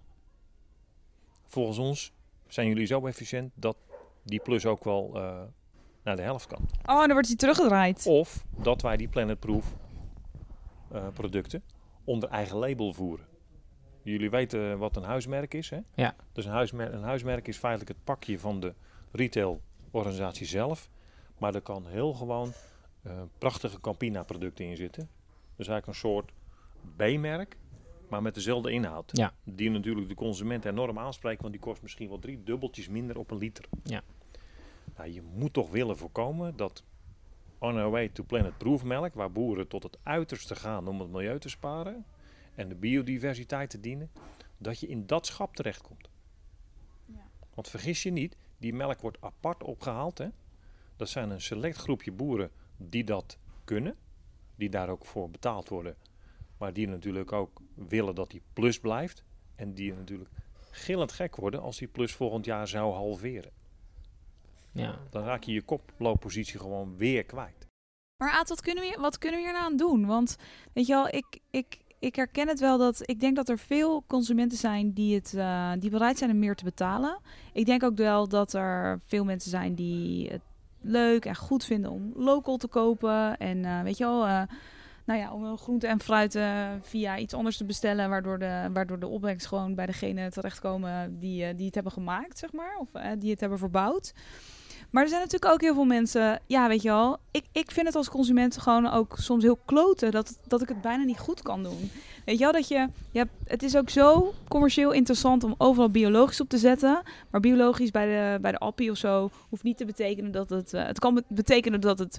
S3: volgens ons zijn jullie zo efficiënt dat die plus ook wel naar de helft kan.
S1: Oh, dan wordt hij teruggedraaid.
S3: Of dat wij die Planet Proof producten onder eigen label voeren. Jullie weten wat een huismerk is, hè?
S2: Ja.
S3: Dus een huismerk is feitelijk het pakje van de retailorganisatie zelf. Maar er kan heel gewoon prachtige Campina producten in zitten. Dus eigenlijk een soort B-merk, maar met dezelfde inhoud.
S2: Ja.
S3: Die natuurlijk de consument enorm aanspreekt, want die kost misschien wel 3 dubbeltjes minder op een liter.
S2: Ja.
S3: Nou, je moet toch willen voorkomen dat On Our Way to Planet Proof melk, waar boeren tot het uiterste gaan om het milieu te sparen en de biodiversiteit te dienen, dat je in dat schap terechtkomt. Ja. Want vergis je niet, die melk wordt apart opgehaald. Hè? Dat zijn een select groepje boeren die dat kunnen, die daar ook voor betaald worden, maar die natuurlijk ook willen dat die plus blijft en die natuurlijk gillend gek worden als die plus volgend jaar zou halveren.
S2: Ja.
S3: Dan raak je je koplooppositie gewoon weer kwijt.
S1: Maar Aad, wat kunnen we hier nou aan doen? Want weet je wel, ik herken het wel dat ik denk dat er veel consumenten zijn die bereid zijn om meer te betalen. Ik denk ook wel dat er veel mensen zijn die het leuk en goed vinden om local te kopen. En weet je wel, om groente en fruit via iets anders te bestellen, waardoor de opbrengst gewoon bij degene terechtkomen die het hebben gemaakt, zeg maar. Of die het hebben verbouwd. Maar er zijn natuurlijk ook heel veel mensen, ja, weet je wel, ik vind het als consument gewoon ook soms heel kloten dat ik het bijna niet goed kan doen. Weet je wel, het is ook zo commercieel interessant om overal biologisch op te zetten, maar biologisch bij de Appie of zo hoeft niet te betekenen dat het kan betekenen dat het,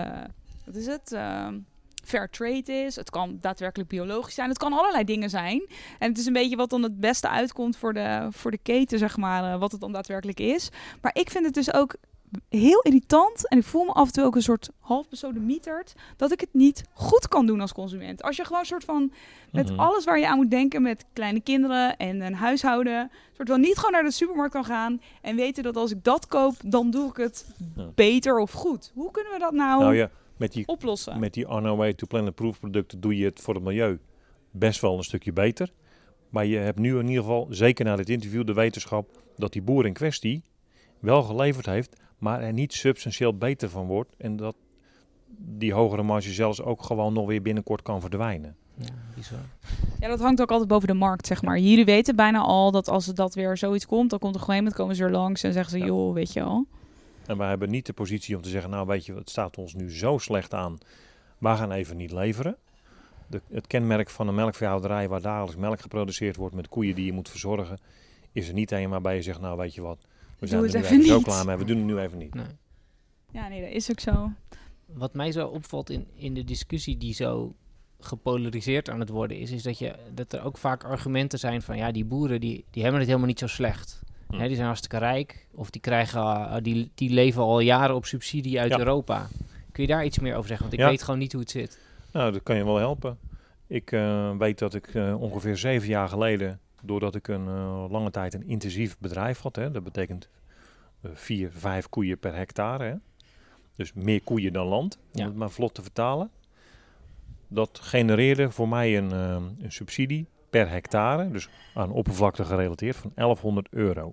S1: fair trade is. Het kan daadwerkelijk biologisch zijn. Het kan allerlei dingen zijn. En het is een beetje wat dan het beste uitkomt voor de keten, zeg maar, wat het dan daadwerkelijk is. Maar ik vind het dus ook heel irritant en ik voel me af en toe ook een soort half besodemieterd dat ik het niet goed kan doen als consument. Als je gewoon een soort van met alles waar je aan moet denken met kleine kinderen en een huishouden, soort van niet gewoon naar de supermarkt kan gaan en weten dat als ik dat koop, dan doe ik het beter of goed. Hoe kunnen we dat nou oplossen?
S3: Met die On Our Way to Planet Proof producten doe je het voor het milieu best wel een stukje beter. Maar je hebt nu in ieder geval, zeker na dit interview, de wetenschap dat die boer in kwestie wel geleverd heeft, maar er niet substantieel beter van wordt. En dat die hogere marge zelfs ook gewoon nog weer binnenkort kan verdwijnen.
S2: Ja, bizar.
S1: Ja, dat hangt ook altijd boven de markt, zeg maar. Jullie weten bijna al dat als dat weer zoiets komt, dan komt op een gegeven moment komen ze er langs en zeggen ze, joh, weet je wel.
S3: En wij hebben niet de positie om te zeggen, nou weet je, het staat ons nu zo slecht aan, wij gaan even niet leveren. Het kenmerk van een melkveehouderij waar dagelijks melk geproduceerd wordt met koeien die je moet verzorgen, is er niet een waarbij je zegt, nou weet je wat, we zijn er nu even zo klaar mee, we doen het nu even niet.
S2: Nee.
S1: Ja, nee, dat is ook zo.
S2: Wat mij zo opvalt in de discussie die zo gepolariseerd aan het worden is dat er ook vaak argumenten zijn van ja, die boeren die hebben het helemaal niet zo slecht.
S3: Hm.
S2: Die zijn hartstikke rijk of die krijgen, die leven al jaren op subsidie uit Europa. Kun je daar iets meer over zeggen? Want ik weet gewoon niet hoe het zit.
S3: Nou, dat kan je wel helpen. Ik weet dat ik ongeveer 7 jaar geleden, doordat ik een lange tijd een intensief bedrijf had, hè, dat betekent 4, 5 koeien per hectare, hè, dus meer koeien dan land, om het maar vlot te vertalen. Dat genereerde voor mij een subsidie per hectare, dus aan oppervlakte gerelateerd, van €1100.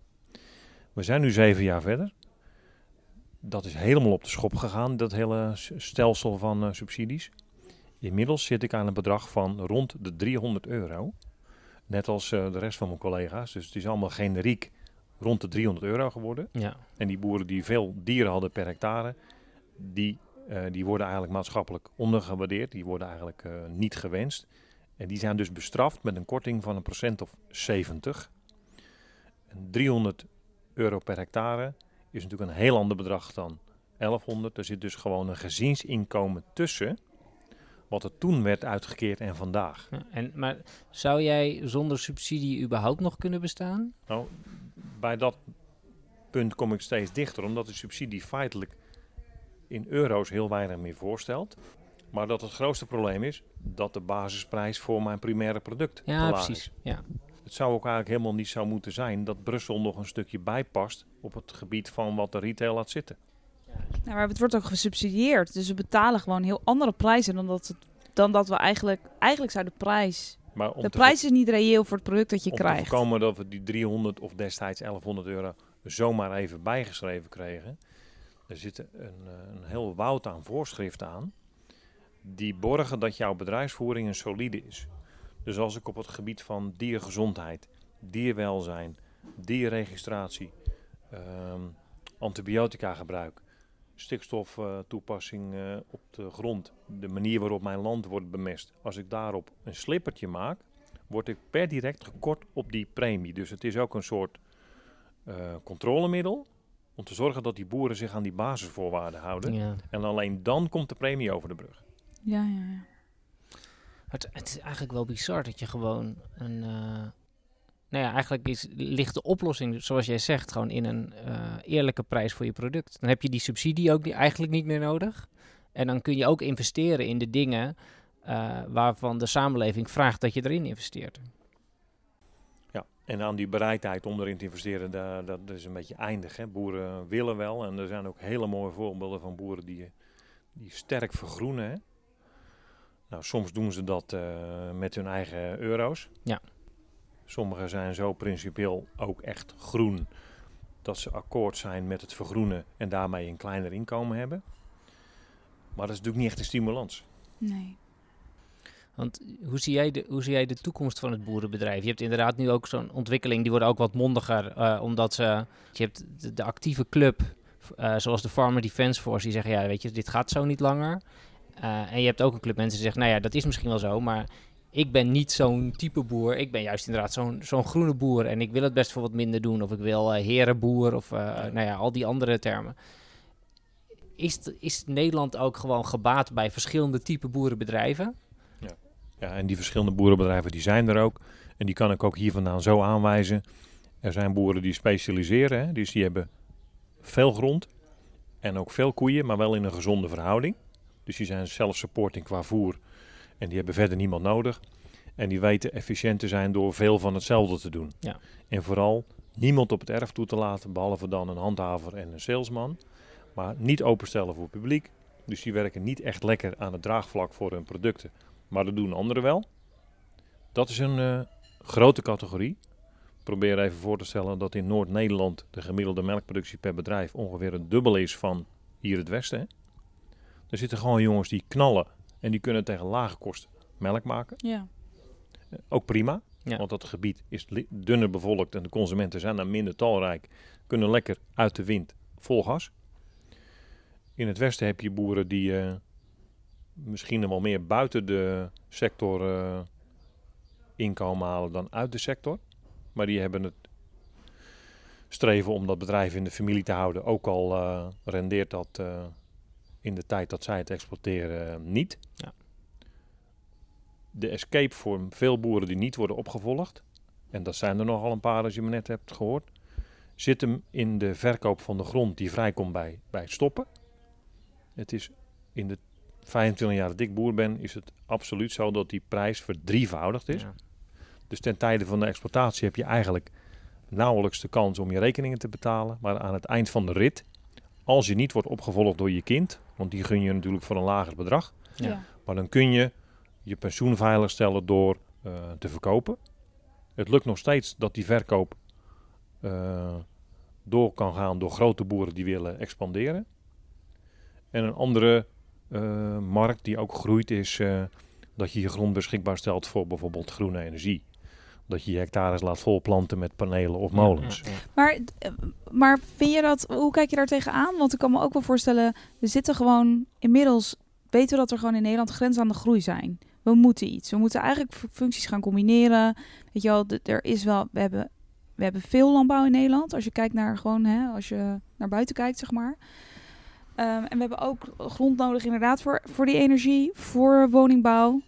S3: We zijn nu 7 jaar verder. Dat is helemaal op de schop gegaan, dat hele stelsel van subsidies. Inmiddels zit ik aan een bedrag van rond de €300. Net als de rest van mijn collega's. Dus het is allemaal generiek rond de €300 geworden.
S2: Ja.
S3: En die boeren die veel dieren hadden per hectare, die worden eigenlijk maatschappelijk ondergewaardeerd. Die worden eigenlijk niet gewenst. En die zijn dus bestraft met een korting van 1% of 70. En €300 per hectare is natuurlijk een heel ander bedrag dan 1100. Er zit dus gewoon een gezinsinkomen tussen wat er toen werd uitgekeerd en vandaag.
S2: Ja, maar zou jij zonder subsidie überhaupt nog kunnen bestaan?
S3: Nou, bij dat punt kom ik steeds dichter, omdat de subsidie feitelijk in euro's heel weinig meer voorstelt. Maar dat het grootste probleem is dat de basisprijs voor mijn primaire product te laag is.
S2: Ja.
S3: Het zou ook eigenlijk helemaal niet zo moeten zijn dat Brussel nog een stukje bijpast op het gebied van wat de retail laat zitten.
S1: Nou, maar het wordt ook gesubsidieerd. Dus we betalen gewoon heel andere prijzen dan dat we eigenlijk zou de prijs... De prijs is niet reëel voor het product dat je krijgt.
S3: Om te voorkomen dat we die 300 of destijds €1100 zomaar even bijgeschreven kregen. Er zit een heel woud aan voorschriften aan die borgen dat jouw bedrijfsvoering een solide is. Dus als ik op het gebied van diergezondheid, dierwelzijn, dierregistratie, antibiotica gebruik, stikstoftoepassing op de grond, de manier waarop mijn land wordt bemest. Als ik daarop een slippertje maak, word ik per direct gekort op die premie. Dus het is ook een soort controlemiddel om te zorgen dat die boeren zich aan die basisvoorwaarden houden. Ja. En alleen dan komt de premie over de brug.
S1: Ja.
S2: Het is eigenlijk wel bizar dat je gewoon een... eigenlijk ligt de oplossing, zoals jij zegt, gewoon in een eerlijke prijs voor je product. Dan heb je die subsidie ook eigenlijk niet meer nodig. En dan kun je ook investeren in de dingen waarvan de samenleving vraagt dat je erin investeert.
S3: Ja, en aan die bereidheid om erin te investeren, dat is een beetje eindig. Hè? Boeren willen wel en er zijn ook hele mooie voorbeelden van boeren die sterk vergroenen. Hè? Nou, soms doen ze dat met hun eigen euro's.
S2: Ja.
S3: Sommigen zijn zo principieel ook echt groen dat ze akkoord zijn met het vergroenen en daarmee een kleiner inkomen hebben. Maar dat is natuurlijk niet echt een stimulans.
S1: Nee.
S2: Want hoe zie jij de toekomst van het boerenbedrijf? Je hebt inderdaad nu ook zo'n ontwikkeling, die wordt ook wat mondiger, omdat je hebt de actieve club, zoals de Farmer Defence Force, die zeggen, ja, weet je, dit gaat zo niet langer. En je hebt ook een club mensen die zeggen, nou ja, dat is misschien wel zo, maar ik ben niet zo'n type boer. Ik ben juist inderdaad zo'n groene boer en ik wil het best voor wat minder doen. Of ik wil herenboer of al die andere termen. Is Nederland ook gewoon gebaat bij verschillende type boerenbedrijven?
S3: Ja, en die verschillende boerenbedrijven die zijn er ook. En die kan ik ook hier vandaan zo aanwijzen. Er zijn boeren die specialiseren, hè? Dus die hebben veel grond en ook veel koeien, maar wel in een gezonde verhouding. Dus die zijn self-supporting qua voer en die hebben verder niemand nodig. En die weten efficiënt te zijn door veel van hetzelfde te doen.
S2: Ja.
S3: En vooral niemand op het erf toe te laten, behalve dan een handhaver en een salesman. Maar niet openstellen voor het publiek. Dus die werken niet echt lekker aan het draagvlak voor hun producten. Maar dat doen anderen wel. Dat is een grote categorie. Probeer even voor te stellen dat in Noord-Nederland de gemiddelde melkproductie per bedrijf ongeveer het dubbel is van hier het westen. Hè? Er zitten gewoon jongens die knallen en die kunnen tegen lage kosten melk maken.
S1: Ja.
S3: Ook prima,
S2: Ja.
S3: want dat gebied is dunner bevolkt en de consumenten zijn dan minder talrijk. Kunnen lekker uit de wind vol gas. In het westen heb je boeren die misschien wel meer buiten de sector inkomen halen dan uit de sector. Maar die hebben het streven om dat bedrijf in de familie te houden. Ook al rendeert dat in de tijd dat zij het exploiteren niet.
S2: Ja.
S3: De escape voor veel boeren die niet worden opgevolgd, en dat zijn er nogal een paar als je me net hebt gehoord, zit hem in de verkoop van de grond die vrijkomt bij het stoppen. Het is in de 25 jaar dat ik boer ben, is het absoluut zo dat die prijs verdrievoudigd is.
S2: Ja.
S3: Dus ten tijde van de exploitatie heb je eigenlijk nauwelijks de kans om je rekeningen te betalen. Maar aan het eind van de rit, als je niet wordt opgevolgd door je kind, want die gun je natuurlijk voor een lager bedrag,
S2: Ja.
S3: maar dan kun je je pensioen veiligstellen door te verkopen. Het lukt nog steeds dat die verkoop door kan gaan door grote boeren die willen expanderen. En een andere markt die ook groeit is dat je je grond beschikbaar stelt voor bijvoorbeeld groene energie. Dat je hectares laat volplanten met panelen of molens.
S2: Ja.
S1: Maar vind je dat, hoe kijk je daar tegenaan? Want ik kan me ook wel voorstellen, we zitten gewoon inmiddels, weten we dat er gewoon in Nederland grenzen aan de groei zijn. We moeten iets. We moeten eigenlijk functies gaan combineren. Weet je wel, er is wel, we hebben veel landbouw in Nederland. Als je kijkt naar gewoon, als je naar buiten kijkt, zeg maar. En we hebben ook grond nodig inderdaad voor die energie, voor woningbouw.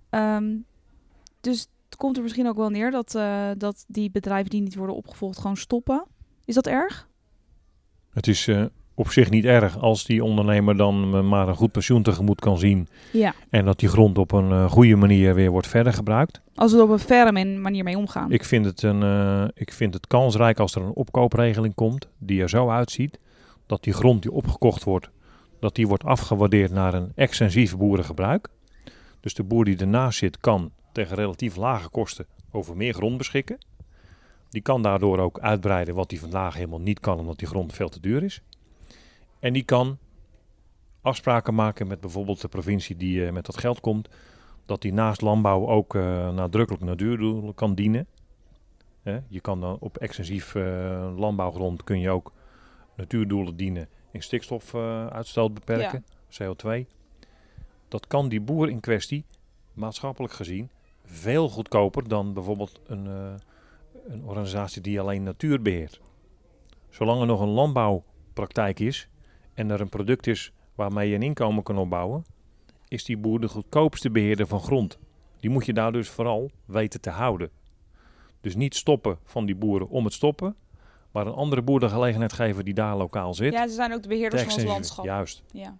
S1: Dus het komt er misschien ook wel neer dat die bedrijven die niet worden opgevolgd gewoon stoppen. Is dat erg?
S3: Het is op zich niet erg als die ondernemer dan maar een goed pensioen tegemoet kan zien.
S1: Ja.
S3: En dat die grond op een goede manier weer wordt verder gebruikt.
S1: Als we er op een faire manier mee omgaan.
S3: Ik vind het kansrijk als er een opkoopregeling komt die er zo uitziet dat die grond die opgekocht wordt, dat die wordt afgewaardeerd naar een extensief boerengebruik. Dus de boer die ernaast zit kan tegen relatief lage kosten over meer grond beschikken. Die kan daardoor ook uitbreiden wat hij vandaag helemaal niet kan omdat die grond veel te duur is. En die kan afspraken maken met bijvoorbeeld de provincie die met dat geld komt. Dat die naast landbouw ook nadrukkelijk natuurdoelen kan dienen. Je kan dan op extensief landbouwgrond kun je ook natuurdoelen dienen in stikstofuitstoot beperken, CO2. Dat kan die boer in kwestie, maatschappelijk gezien, veel goedkoper dan bijvoorbeeld een organisatie die alleen natuur beheert. Zolang er nog een landbouwpraktijk is en er een product is waarmee je een inkomen kan opbouwen, is die boer de goedkoopste beheerder van grond. Die moet je daar dus vooral weten te houden. Dus niet stoppen van die boeren om het stoppen, maar een andere boer de gelegenheid geven die daar lokaal zit.
S1: Ja, ze zijn ook de beheerders van ons landschap.
S3: Juist.
S1: Ja.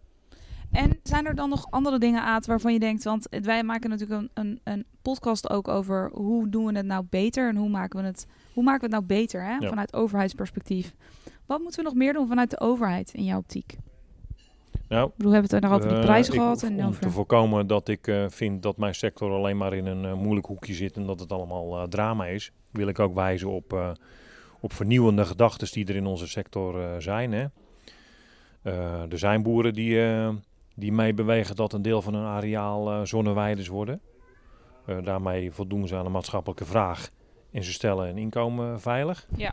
S1: En zijn er dan nog andere dingen, Aad, waarvan je denkt, want wij maken natuurlijk een podcast ook over hoe doen we het nou beter en hoe maken we het nou beter, hè?
S3: Ja.
S1: Vanuit overheidsperspectief. Wat moeten we nog meer doen vanuit de overheid in jouw optiek?
S3: Nou,
S1: We hebben het er over die prijzen gehad. En
S3: om
S1: over...
S3: te voorkomen dat ik vind dat mijn sector alleen maar in een moeilijk hoekje zit en dat het allemaal drama is, wil ik ook wijzen op vernieuwende gedachten die er in onze sector zijn. Hè. Er zijn boeren die meebewegen dat een deel van hun areaal zonneweiders worden. Daarmee voldoen ze aan de maatschappelijke vraag en ze stellen een inkomen veilig.
S1: Ja.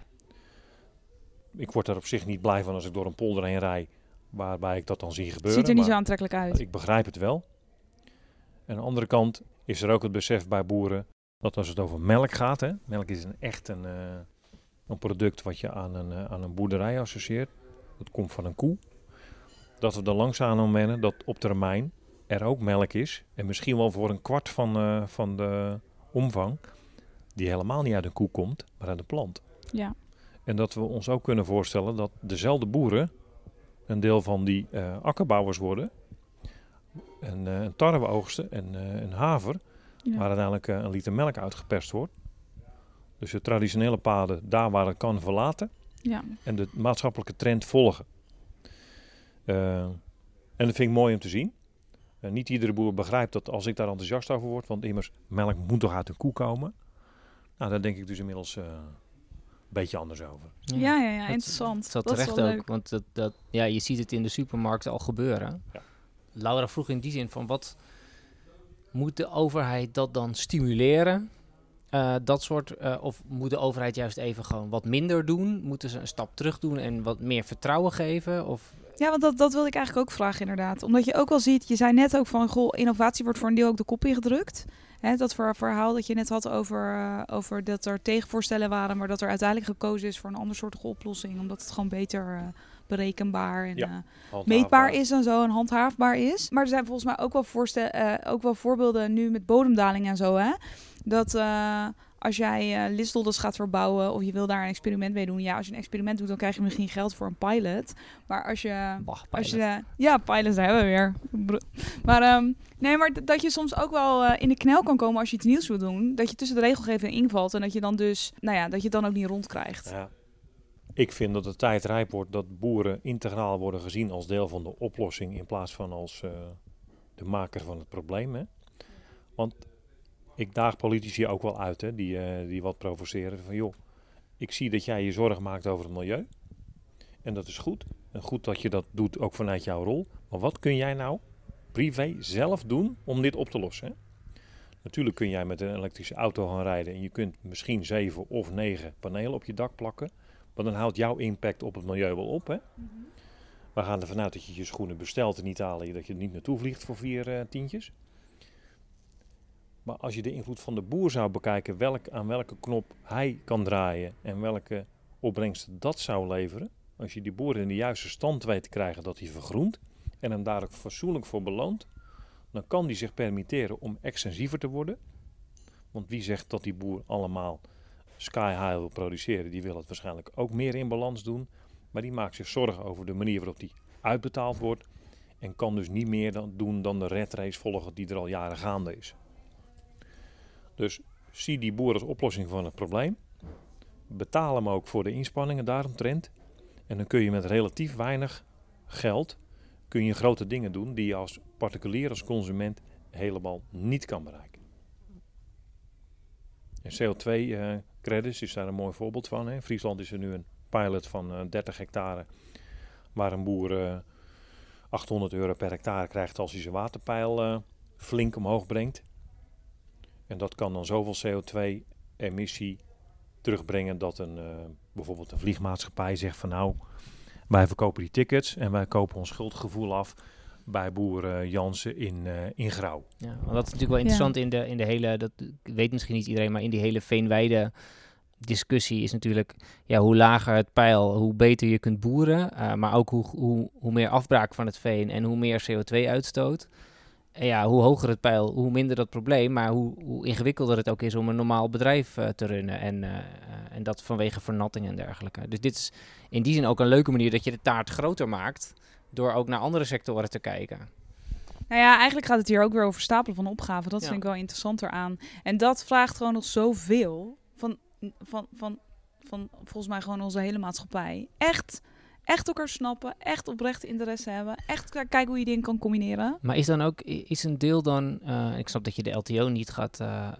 S3: Ik word er op zich niet blij van als ik door een polder heen rijd, waarbij ik dat dan zie gebeuren.
S1: Ziet er niet zo aantrekkelijk uit.
S3: Ik begrijp het wel. Aan de andere kant is er ook het besef bij boeren dat als het over melk gaat, hè, melk is echt een product wat je aan een boerderij associeert. Dat komt van een koe. Dat we er langzaam aan wennen dat op termijn er ook melk is. En misschien wel voor een kwart van de omvang. Die helemaal niet uit een koe komt, maar uit een plant.
S1: Ja.
S3: En dat we ons ook kunnen voorstellen dat dezelfde boeren een deel van die akkerbouwers worden. En tarwe oogsten en een haver.
S1: Ja.
S3: Waar uiteindelijk een liter melk uitgeperst wordt. Dus de traditionele paden daar waar het kan verlaten.
S1: Ja.
S3: En de maatschappelijke trend volgen. En dat vind ik mooi om te zien. Niet iedere boer begrijpt dat als ik daar enthousiast over word. Want immers, melk moet toch uit een koe komen. Nou, daar denk ik dus inmiddels een beetje anders over.
S1: Ja, interessant.
S2: Dat
S1: Dat is
S2: terecht
S1: wel
S2: ook,
S1: leuk.
S2: want je ziet het in de supermarkten al gebeuren.
S3: Ja.
S2: Laura vroeg in die zin van wat moet de overheid dat dan stimuleren? Dat soort, of moet de overheid juist even gewoon wat minder doen? Moeten ze een stap terug doen en wat meer vertrouwen geven? Of...
S1: Ja, want dat wilde ik eigenlijk ook vragen inderdaad. Omdat je ook wel ziet, je zei net ook van, goh, innovatie wordt voor een deel ook de kop ingedrukt. Hè, dat verhaal dat je net had over dat er tegenvoorstellen waren, maar dat er uiteindelijk gekozen is voor een ander soort oplossing. Omdat het gewoon beter berekenbaar en meetbaar is en zo en handhaafbaar is. Maar er zijn volgens mij ook wel voorbeelden nu met bodemdaling en zo, hè. Dat als jij Lisdelders gaat verbouwen of je wil daar een experiment mee doen. Ja, als je een experiment doet, dan krijg je misschien geld voor een pilot. Maar als je... pilots hebben we weer. Maar, maar dat je soms ook wel in de knel kan komen als je iets nieuws wil doen. Dat je tussen de regelgeving invalt en dat je dan dus... dat je het dan ook niet rondkrijgt.
S3: Ja. Ik vind dat de tijd rijp wordt dat boeren integraal worden gezien als deel van de oplossing in plaats van als de maker van het probleem. Hè? Want ik daag politici ook wel uit, hè, die wat provoceren. Van joh, ik zie dat jij je zorgen maakt over het milieu. En dat is goed. En goed dat je dat doet ook vanuit jouw rol. Maar wat kun jij nou privé zelf doen om dit op te lossen? Hè? Natuurlijk kun jij met een elektrische auto gaan rijden en je kunt misschien 7 of 9 panelen op je dak plakken. Maar dan houdt jouw impact op het milieu wel op. Hè? Mm-hmm. We gaan ervan uit dat je je schoenen bestelt in Italië, dat je er niet naartoe vliegt voor 4 tientjes. Maar als je de invloed van de boer zou bekijken, aan welke knop hij kan draaien en welke opbrengst dat zou leveren. Als je die boer in de juiste stand weet te krijgen dat hij vergroent en hem daar ook fatsoenlijk voor beloont, dan kan die zich permitteren om extensiever te worden. Want wie zegt dat die boer allemaal sky high wil produceren, die wil het waarschijnlijk ook meer in balans doen. Maar die maakt zich zorgen over de manier waarop die uitbetaald wordt en kan dus niet meer doen dan de red race volgen die er al jaren gaande is. Dus zie die boer als oplossing van het probleem. Betaal hem ook voor de inspanningen daaromtrent. En dan kun je met relatief weinig geld kun je grote dingen doen die je als particulier, als consument helemaal niet kan bereiken. En CO2-credits is daar een mooi voorbeeld van. Hè. In Friesland is er nu een pilot van 30 hectare waar een boer €800 per hectare krijgt als hij zijn waterpeil flink omhoog brengt. En dat kan dan zoveel CO2-emissie terugbrengen dat bijvoorbeeld een vliegmaatschappij zegt van nou, wij verkopen die tickets en wij kopen ons schuldgevoel af bij boer Jansen in Grauw.
S2: Ja, want dat is natuurlijk wel interessant in de hele, dat weet misschien niet iedereen, maar in die hele veenweide discussie is natuurlijk, ja, hoe lager het peil, hoe beter je kunt boeren, maar ook hoe meer afbraak van het veen en hoe meer CO2-uitstoot. En ja, hoe hoger het peil, hoe minder dat probleem, maar hoe ingewikkelder het ook is om een normaal bedrijf te runnen en dat vanwege vernatting en dergelijke. Dus dit is in die zin ook een leuke manier dat je de taart groter maakt door ook naar andere sectoren te kijken.
S1: Nou ja, eigenlijk gaat het hier ook weer over stapelen van opgaven. Dat vind ik wel interessanter aan. En dat vraagt gewoon nog zoveel van volgens mij gewoon onze hele maatschappij. Echt elkaar snappen, echt oprecht interesse hebben, echt kijken hoe je dingen kan combineren.
S2: Maar is dan ook, is een deel dan, ik snap dat je de LTO niet gaat,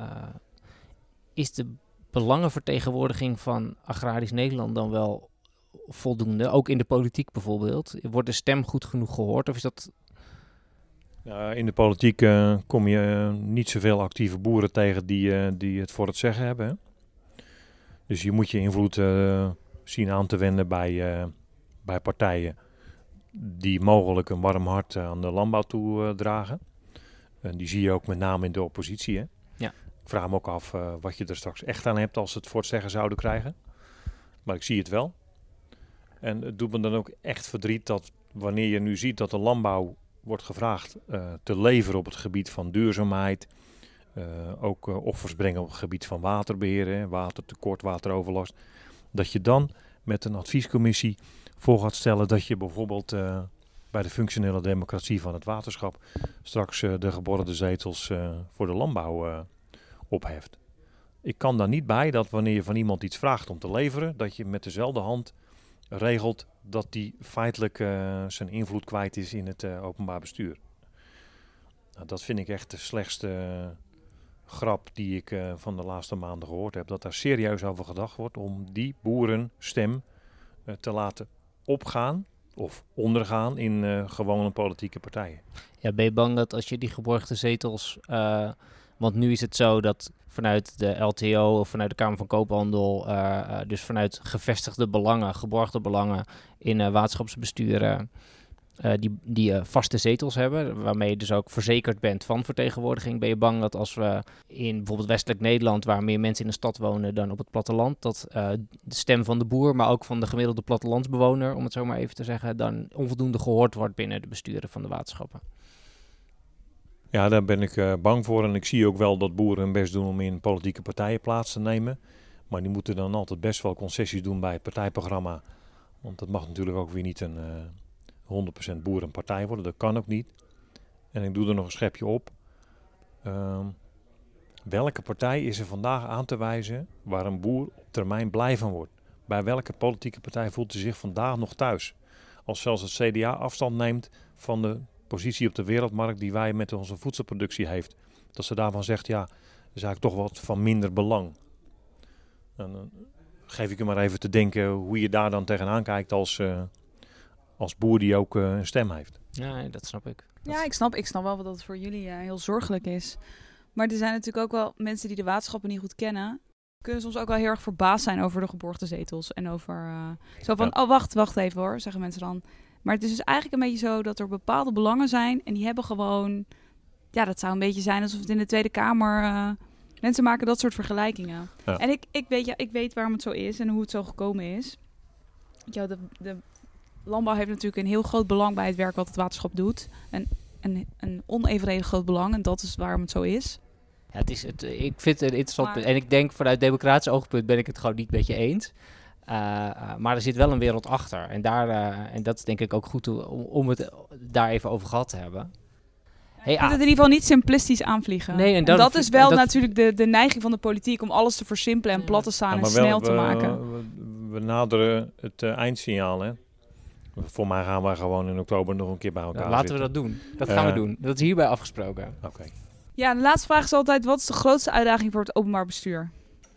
S2: is de belangenvertegenwoordiging van Agrarisch Nederland dan wel voldoende? Ook in de politiek bijvoorbeeld? Wordt de stem goed genoeg gehoord of is dat...
S3: In de politiek kom je niet zoveel actieve boeren tegen die het voor het zeggen hebben. Hè? Dus je moet je invloed zien aan te wenden bij partijen die mogelijk een warm hart aan de landbouw toedragen. En die zie je ook met name in de oppositie. Hè?
S2: Ja.
S3: Ik vraag me ook af wat je er straks echt aan hebt als ze het voor het zeggen zouden krijgen. Maar ik zie het wel. En het doet me dan ook echt verdriet dat wanneer je nu ziet dat de landbouw wordt gevraagd te leveren op het gebied van duurzaamheid. Ook offers brengen op het gebied van waterbeheer, hè, watertekort, wateroverlast. Dat je dan met een adviescommissie voor gaat stellen dat je bijvoorbeeld bij de functionele democratie van het waterschap straks de geborrelde zetels voor de landbouw opheft. Ik kan daar niet bij dat wanneer je van iemand iets vraagt om te leveren, dat je met dezelfde hand regelt dat die feitelijk zijn invloed kwijt is in het openbaar bestuur. Nou, dat vind ik echt de slechtste grap die ik van de laatste maanden gehoord heb. Dat daar serieus over gedacht wordt om die boerenstem te laten opgaan of ondergaan in gewone politieke partijen.
S2: Ja, ben je bang dat als je die geborgde zetels... want nu is het zo dat vanuit de LTO of vanuit de Kamer van Koophandel... dus vanuit gevestigde belangen, geborgde belangen in waterschapsbesturen... die vaste zetels hebben, waarmee je dus ook verzekerd bent van vertegenwoordiging. Ben je bang dat als we in bijvoorbeeld westelijk Nederland, waar meer mensen in de stad wonen dan op het platteland, dat de stem van de boer, maar ook van de gemiddelde plattelandsbewoner, om het zo maar even te zeggen, dan onvoldoende gehoord wordt binnen de besturen van de waterschappen?
S3: Ja, daar ben ik bang voor en ik zie ook wel dat boeren hun best doen om in politieke partijen plaats te nemen. Maar die moeten dan altijd best wel concessies doen bij het partijprogramma. Want dat mag natuurlijk ook weer niet een 100% boerenpartij worden, dat kan ook niet. En ik doe er nog een schepje op. Welke partij is er vandaag aan te wijzen waar een boer op termijn blij van wordt? Bij welke politieke partij voelt hij zich vandaag nog thuis? Als zelfs het CDA afstand neemt van de positie op de wereldmarkt die wij met onze voedselproductie heeft. Dat ze daarvan zegt, ja, dat is eigenlijk toch wat van minder belang. En dan geef ik je maar even te denken hoe je daar dan tegenaan kijkt als boer die ook een stem heeft.
S2: Ja, dat snap ik.
S1: Ja, ik snap wel dat het voor jullie heel zorgelijk is. Maar er zijn natuurlijk ook wel mensen die de waterschappen niet goed kennen. Kunnen soms ook wel heel erg verbaasd zijn over de geborgde zetels. En over zo van, oh wacht even hoor, zeggen mensen dan. Maar het is dus eigenlijk een beetje zo dat er bepaalde belangen zijn. En die hebben gewoon, ja, dat zou een beetje zijn alsof het in de Tweede Kamer... mensen maken dat soort vergelijkingen. Ja. En ik weet waarom het zo is en hoe het zo gekomen is. Ja, de landbouw heeft natuurlijk een heel groot belang bij het werk wat het waterschap doet. Een onevenredig groot belang en dat is waarom het zo is.
S2: Ja, ik vind het een interessant punt. En ik denk vanuit democratisch oogpunt ben ik het gewoon niet met je eens. Maar er zit wel een wereld achter. En dat is denk ik ook goed om het daar even over gehad te hebben.
S1: Hey, ik moet het in ieder geval niet simplistisch aanvliegen. Nee, en dat is wel natuurlijk de neiging van de politiek om alles te versimpelen en plat te staan en snel te maken.
S3: We naderen het eindsignaal, hè. Voor mij gaan wij gewoon in oktober nog een keer bij elkaar
S2: laten
S3: zitten.
S2: We dat doen. Dat gaan we doen. Dat is hierbij afgesproken.
S3: Oké.
S1: Ja, de laatste vraag is altijd, wat is de grootste uitdaging voor het openbaar bestuur?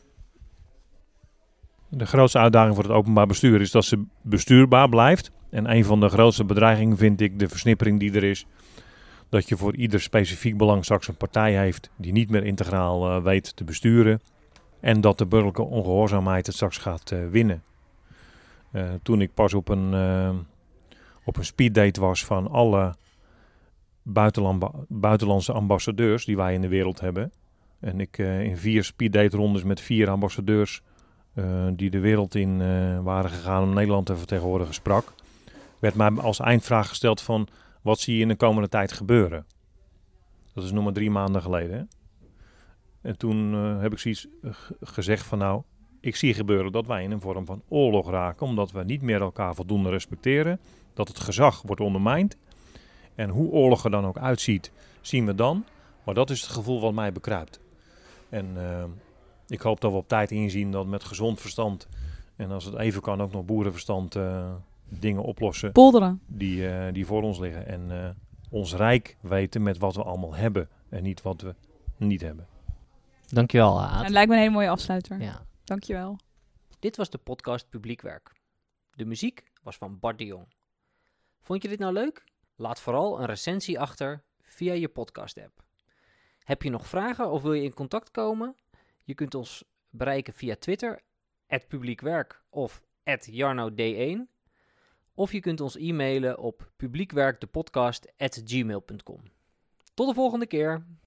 S3: De grootste uitdaging voor het openbaar bestuur is dat ze bestuurbaar blijft. En een van de grootste bedreigingen vind ik de versnippering die er is. Dat je voor ieder specifiek belang straks een partij heeft die niet meer integraal weet te besturen. En dat de burgerlijke ongehoorzaamheid het straks gaat winnen. Toen ik pas op een speeddate was van alle buitenlandse ambassadeurs die wij in de wereld hebben. En ik in 4 speeddate rondes met 4 ambassadeurs die de wereld in waren gegaan om Nederland te vertegenwoordigen sprak. Werd mij als eindvraag gesteld van wat zie je in de komende tijd gebeuren? Dat is nog maar 3 maanden geleden. Hè? En toen heb ik zoiets gezegd van nou, ik zie gebeuren dat wij in een vorm van oorlog raken. Omdat we niet meer elkaar voldoende respecteren. Dat het gezag wordt ondermijnd. En hoe oorlog er dan ook uitziet, zien we dan. Maar dat is het gevoel wat mij bekruipt. En ik hoop dat we op tijd inzien dat met gezond verstand. En als het even kan ook nog boerenverstand dingen oplossen.
S1: Polderen.
S3: Die voor ons liggen. En ons rijk weten met wat we allemaal hebben. En niet wat we niet hebben.
S2: Dankjewel, Aad.
S1: Het lijkt me een hele mooie afsluiter.
S2: Ja.
S1: Dankjewel.
S2: Dit was de podcast Publiek Werk. De muziek was van Bart de Jong. Vond je dit nou leuk? Laat vooral een recensie achter via je podcast-app. Heb je nog vragen of wil je in contact komen? Je kunt ons bereiken via Twitter, @publiekwerk of @jarnod1. Of je kunt ons e-mailen op publiekwerkdepodcast@gmail.com. Tot de volgende keer!